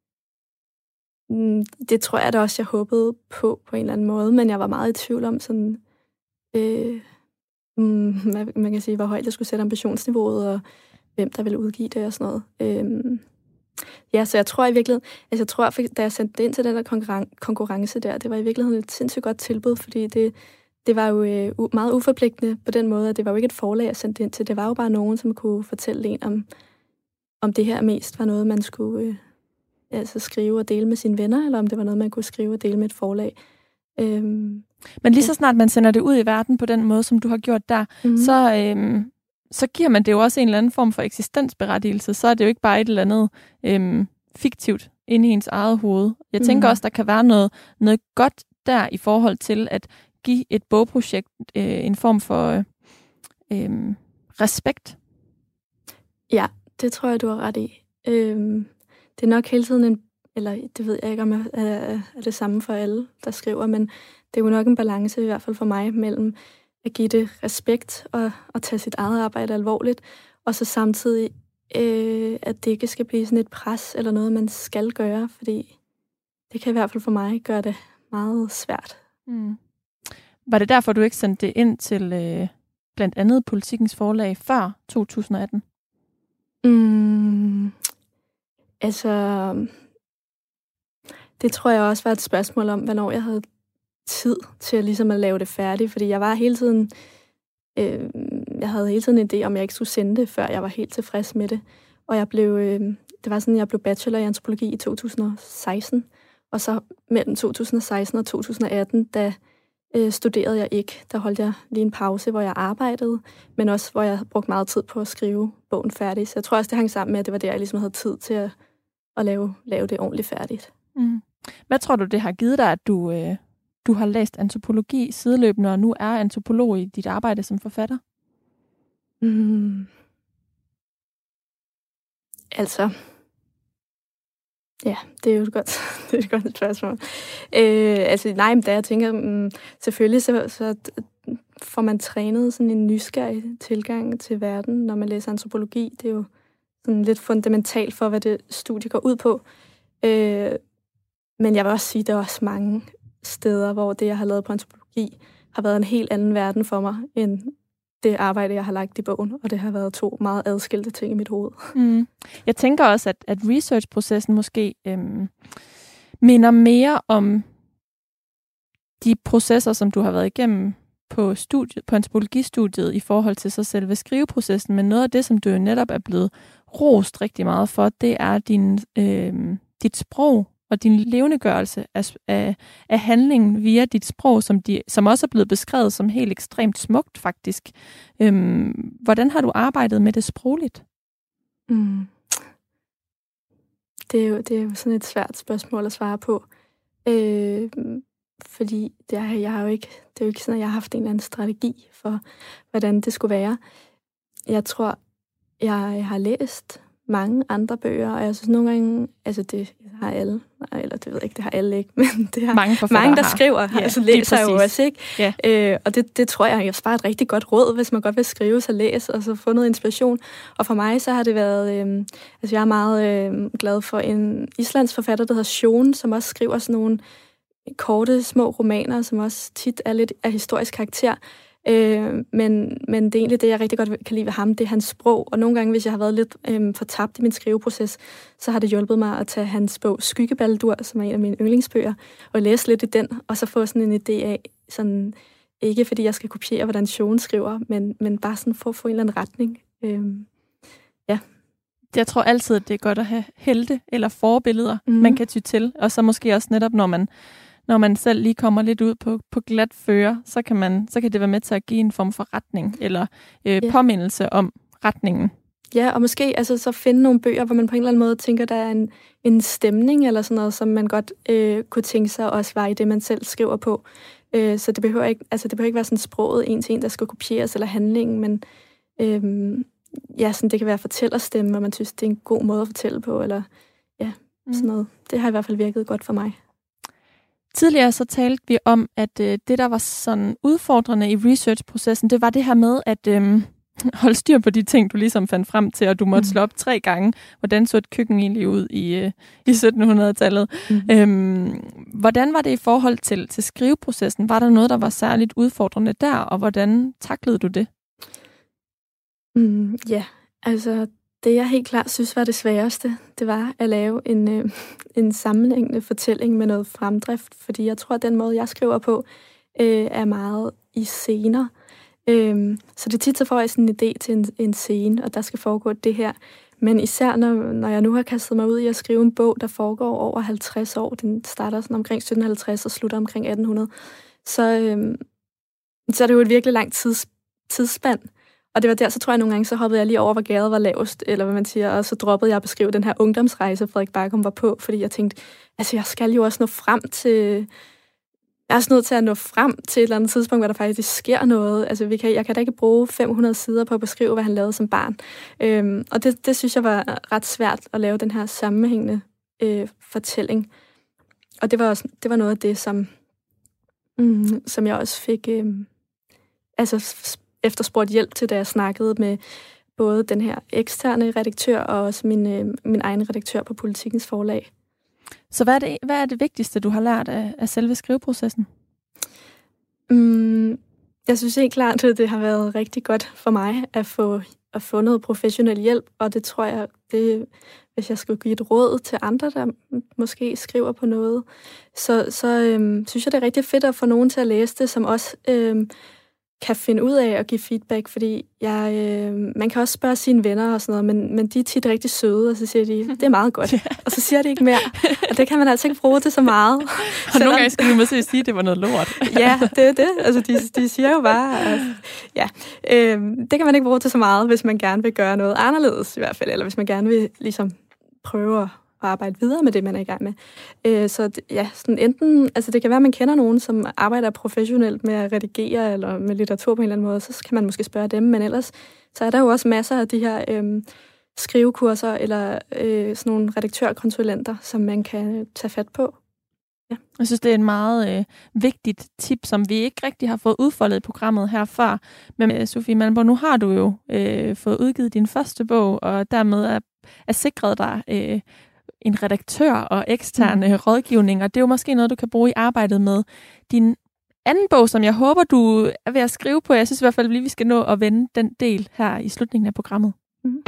det tror jeg da også, jeg håbede på, på en eller anden måde, men jeg var meget i tvivl om sådan, øh, mm, man kan sige, hvor højt jeg skulle sætte ambitionsniveauet, og hvem der ville udgive det og sådan noget. Øhm, ja, så jeg tror i virkeligheden, altså jeg tror, da jeg sendte det ind til den der konkurren- konkurrence der, det var i virkeligheden et sindssygt godt tilbud, fordi det, det var jo øh, meget uforpligtende på den måde, at det var jo ikke et forlag, jeg sendte det ind til. Det var jo bare nogen, som kunne fortælle en om, om det her mest var noget, man skulle øh, altså skrive og dele med sine venner, eller om det var noget, man kunne skrive og dele med et forlag. Øhm, Men lige så snart man sender det ud i verden på den måde, som du har gjort der, mm-hmm. så... Øhm så giver man det jo også en eller anden form for eksistensberettigelse. Så er det jo ikke bare et eller andet øhm, fiktivt inde i ens eget hoved. Jeg tænker mm. også, der kan være noget, noget godt der i forhold til at give et bogprojekt øh, en form for øh, øh, respekt. Ja, det tror jeg, du har ret i. Øhm, det er nok hele tiden en, eller det ved jeg ikke, om jeg er, er det samme for alle, der skriver, men det er jo nok en balance, i hvert fald for mig, mellem at give det respekt og, og tage sit eget arbejde alvorligt, og så samtidig, øh, at det ikke skal blive sådan et pres eller noget, man skal gøre, fordi det kan i hvert fald for mig gøre det meget svært. Mm. Var det derfor, du ikke sendte det ind til øh, blandt andet Politikens Forlag før to tusind og atten? Mm, altså, det tror jeg også var et spørgsmål om, hvornår jeg havde tid til at, ligesom at lave det færdigt, fordi jeg var hele tiden, øh, jeg havde hele tiden en idé om, jeg ikke skulle sende det, før jeg var helt tilfreds med det. Og jeg blev, øh, det var sådan, jeg blev bachelor i antropologi i to tusind og seksten, og så mellem to tusind og seksten og to tusind og atten, da øh, studerede jeg ikke. Der holdt jeg lige en pause, hvor jeg arbejdede, men også hvor jeg brugte meget tid på at skrive bogen færdig. Så jeg tror også, det hang sammen med, at det var der, jeg ligesom havde tid til at, at lave, lave det ordentligt færdigt. Mm. Hvad tror du, det har givet dig, at du... Øh Du har læst antropologi sideløbende, og nu er antropolog i dit arbejde som forfatter? Mm. Altså, ja, det er jo et godt, det er et godt spørgsmål. Øh, altså, nej, men da jeg tænker, mm, selvfølgelig så, så får man trænet sådan en nysgerrig tilgang til verden, når man læser antropologi. Det er jo sådan lidt fundamentalt for, hvad det studie går ud på. Øh, men jeg vil også sige, at der er også mange steder, hvor det, jeg har lavet på antropologi, har været en helt anden verden for mig, end det arbejde, jeg har lagt i bogen, og det har været to meget adskilte ting i mit hoved. Mm. Jeg tænker også, at, at research-processen måske øhm, minder mere om de processer, som du har været igennem på, studiet, på antropologistudiet i forhold til så selve skriveprocessen, men noget af det, som du jo netop er blevet rost rigtig meget for, det er din, øhm, dit sprog, og din levendegørelse af, af, af handlingen via dit sprog, som, de, som også er blevet beskrevet som helt ekstremt smukt, faktisk. Øhm, hvordan har du arbejdet med det sprogligt? Mm. Det, er jo, det er jo sådan et svært spørgsmål at svare på. Øh, fordi det er, jeg har jo ikke, det er jo ikke sådan, at jeg har haft en eller anden strategi for, hvordan det skulle være. Jeg tror, jeg har læst mange andre bøger, og jeg synes nogle gange, altså det har alle eller det ved jeg ikke, det har alle ikke, men det har mange, mange der har. skriver, Ja, altså læser jo også, ikke? Ja. Øh, og det, det tror jeg, jeg bare et rigtig godt råd, hvis man godt vil skrive, så læs, og så få noget inspiration. Og for mig, så har det været, øh, altså jeg er meget øh, glad for en islandsk forfatter, der hedder Sjón, som også skriver sådan nogle korte, små romaner, som også tit er lidt af historisk karakter. Øh, men, men det er egentlig det, jeg rigtig godt kan lide ved ham, det er hans sprog. Og nogle gange, hvis jeg har været lidt øh, fortabt i min skriveproces, så har det hjulpet mig at tage hans bog Skyggebaldur, som er en af mine yndlingsbøger, og læse lidt i den, og så få sådan en idé af, sådan, ikke fordi jeg skal kopiere, hvordan Sjón skriver, men, men bare sådan få, få en eller anden retning. Øh, ja. Jeg tror altid, at det er godt at have helte eller forbilleder, mm. Mhm. man kan ty til. Og så måske også netop, når man, når man selv lige kommer lidt ud på, på glat føre, så kan, man, så kan det være med til at give en form for retning, eller øh, Ja. påmindelse om retningen. Ja, og måske altså, så finde nogle bøger, hvor man på en eller anden måde tænker, der er en, en stemning eller sådan noget, som man godt øh, kunne tænke sig også var i det, man selv skriver på. Øh, så det behøver ikke, altså, det behøver ikke være sådan sproget en til en, der skal kopieres, eller handlingen, men øh, ja, sådan, det kan være fortællerstemme, og man synes, det er en god måde at fortælle på, eller ja, Mm. sådan noget. Det har i hvert fald virket godt for mig. Tidligere så talte vi om, at øh, det, der var sådan udfordrende i researchprocessen, det var det her med at øh, holde styr på de ting, du ligesom fandt frem til, og du måtte Mm. slå op tre gange. Hvordan så et køkken egentlig ud i, øh, i sytten hundrede-tallet? Mm. Øhm, hvordan var det i forhold til, til skriveprocessen? Var der noget, der var særligt udfordrende der, og hvordan taklede du det? Mm, ja, altså det jeg helt klart synes var det sværeste, det var at lave en, øh, en sammenhængende fortælling med noget fremdrift, fordi jeg tror, at den måde, jeg skriver på, øh, er meget i scener. Øh, så det er tit, så får jeg sådan en idé til en, en scene, og der skal foregå det her. Men især når, når jeg nu har kastet mig ud i at skrive en bog, der foregår over halvtreds år, den starter sådan omkring sytten halvtreds og slutter omkring atten hundrede, så, øh, så er det jo et virkelig langt tids, tidsspand. Og det var der, så tror jeg nogle gange, så hoppede jeg lige over, hvor gaden var lavest, eller hvad man siger, og så droppede jeg at beskrive den her ungdomsrejse, Frederik Barkum var på, fordi jeg tænkte, altså jeg skal jo også nå frem til, jeg er også nødt til at nå frem til et eller andet tidspunkt, hvor der faktisk sker noget. Altså vi kan, jeg kan da ikke bruge fem hundrede sider på at beskrive, hvad han lavede som barn. Øhm, og det, det synes jeg var ret svært at lave den her sammenhængende øh, fortælling. Og det var også, det var noget af det, som, mm, som jeg også fik, øh, altså efterspurgt hjælp til, da jeg snakkede med både den her eksterne redaktør og også min, øh, min egen redaktør på Politikens Forlag. Så hvad er det, hvad er det vigtigste, du har lært af, af selve skriveprocessen? Mm, jeg synes helt klart, at det har været rigtig godt for mig at få, at få noget professionel hjælp, og det tror jeg, det, hvis jeg skulle give et råd til andre, der måske skriver på noget, så, så øhm, synes jeg, det er rigtig fedt at få nogen til at læse det, som også øhm, kan finde ud af at give feedback, fordi jeg, øh, man kan også spørge sine venner og sådan noget, men, men de er tit rigtig søde, og så siger de, det er meget godt, og så siger de ikke mere, og det kan man altså ikke bruge til så meget. Og Selvom, nogle gange skulle du måske sige, at det var noget lort. ja, det er det. Altså, de, de siger jo bare, at, ja, øh, det kan man ikke bruge til så meget, hvis man gerne vil gøre noget anderledes i hvert fald, eller hvis man gerne vil ligesom prøve at arbejde videre med det, man er i gang med. Øh, så ja, sådan enten, altså det kan være, at man kender nogen, som arbejder professionelt med at redigere eller med litteratur på en eller anden måde, så kan man måske spørge dem, men ellers så er der jo også masser af de her øh, skrivekurser eller øh, sådan nogle redaktørkonsulenter, som man kan tage fat på. Ja. Jeg synes, det er en meget øh, vigtigt tip, som vi ikke rigtig har fået udfoldet i programmet her før. Men øh, Sofie Malmborg, nu har du jo øh, fået udgivet din første bog, og dermed er, er sikret dig øh, en redaktør og eksterne mm. rådgivning, og det er jo måske noget, du kan bruge i arbejdet med din anden bog, som jeg håber, du er ved at skrive på. Jeg synes i hvert fald, at vi skal nå at vende den del her i slutningen af programmet. Mm.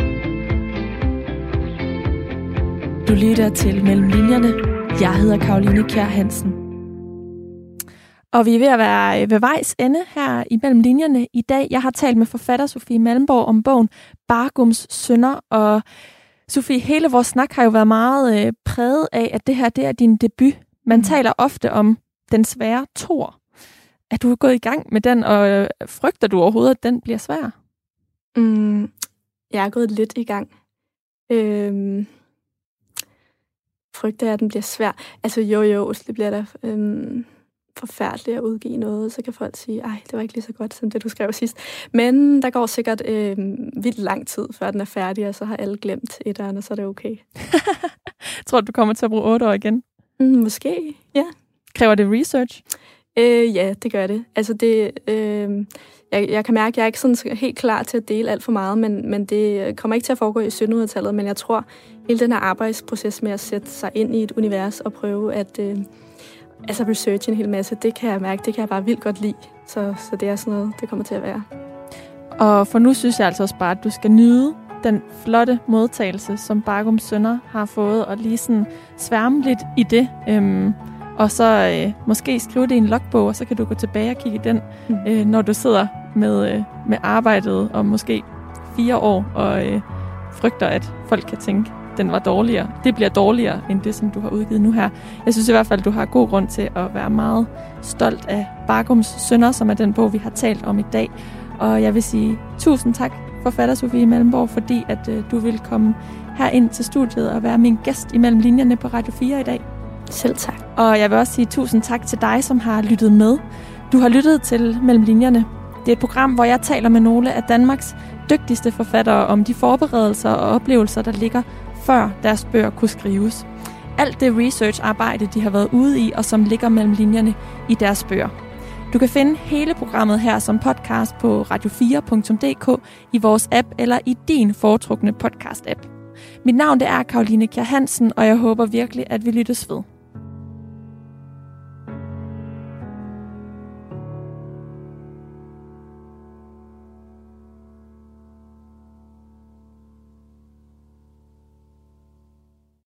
Du lytter til Mellem Linjerne. Jeg hedder Karoline Kjær Hansen. Og vi er ved at være ved vejs ende her i Mellem Linjerne i dag. Jeg har talt med forfatter Sofie Malmborg om bogen Barkums Sønner, og Sofie, hele vores snak har jo været meget øh, præget af, at det her det er din debut. Man mm. taler ofte om den svære Thor. Er du gået i gang med den, og øh, frygter du overhovedet, at den bliver svær? Mm, jeg er gået lidt i gang. Øhm, frygter jeg, at den bliver svær? Altså jo, jo, det bliver da øhm, forfærdeligt at udgive noget, så kan folk sige, ej, det var ikke lige så godt, som det, du skrev sidst. Men der går sikkert øhm, vildt lang tid, før den er færdig, og så har alle glemt etteren, og så er det okay. Tror du, du kommer til at bruge otte år igen? Mm, måske, ja. Kræver det research? Øh, ja, det gør det. Altså det, øh, jeg, jeg kan mærke, at jeg er ikke sådan helt klar til at dele alt for meget, men, men det kommer ikke til at foregå i syttenhundredetallet, men jeg tror, hele den her arbejdsproces med at sætte sig ind i et univers og prøve at øh, altså researche en hel masse, det kan jeg mærke, det kan jeg bare vildt godt lide. Så, så det er sådan noget, det kommer til at være. Og for nu synes jeg altså også bare, at du skal nyde den flotte modtagelse, som Bargums Sønner har fået, og lige sådan sværme lidt i det. Øhm, og så øh, måske skrive det i en logbog, og så kan du gå tilbage og kigge i den, mm. øh, når du sidder med, øh, med arbejdet om måske fire år, og øh, frygter, at folk kan tænke, den var dårligere. Det bliver dårligere, end det, som du har udgivet nu her. Jeg synes i hvert fald, du har god grund til at være meget stolt af Bargums Sønner, som er den bog, vi har talt om i dag. Og jeg vil sige tusind tak, forfatter Sofie Malmborg, fordi at øh, du vil komme her ind til studiet og være min gæst imellem linjerne på Radio fire i dag. Selv tak. Og jeg vil også sige tusind tak til dig, som har lyttet med. Du har lyttet til Mellem Linjerne. Det er et program, hvor jeg taler med nogle af Danmarks dygtigste forfattere om de forberedelser og oplevelser, der ligger før deres bøger kunne skrives. Alt det research-arbejde, de har været ude i, og som ligger mellem linjerne i deres bøger. Du kan finde hele programmet her som podcast på radio fire punktum d k, i vores app eller i din foretrukne podcast-app. Mit navn det er Caroline Kjær Hansen, og jeg håber virkelig, at vi lyttes ved.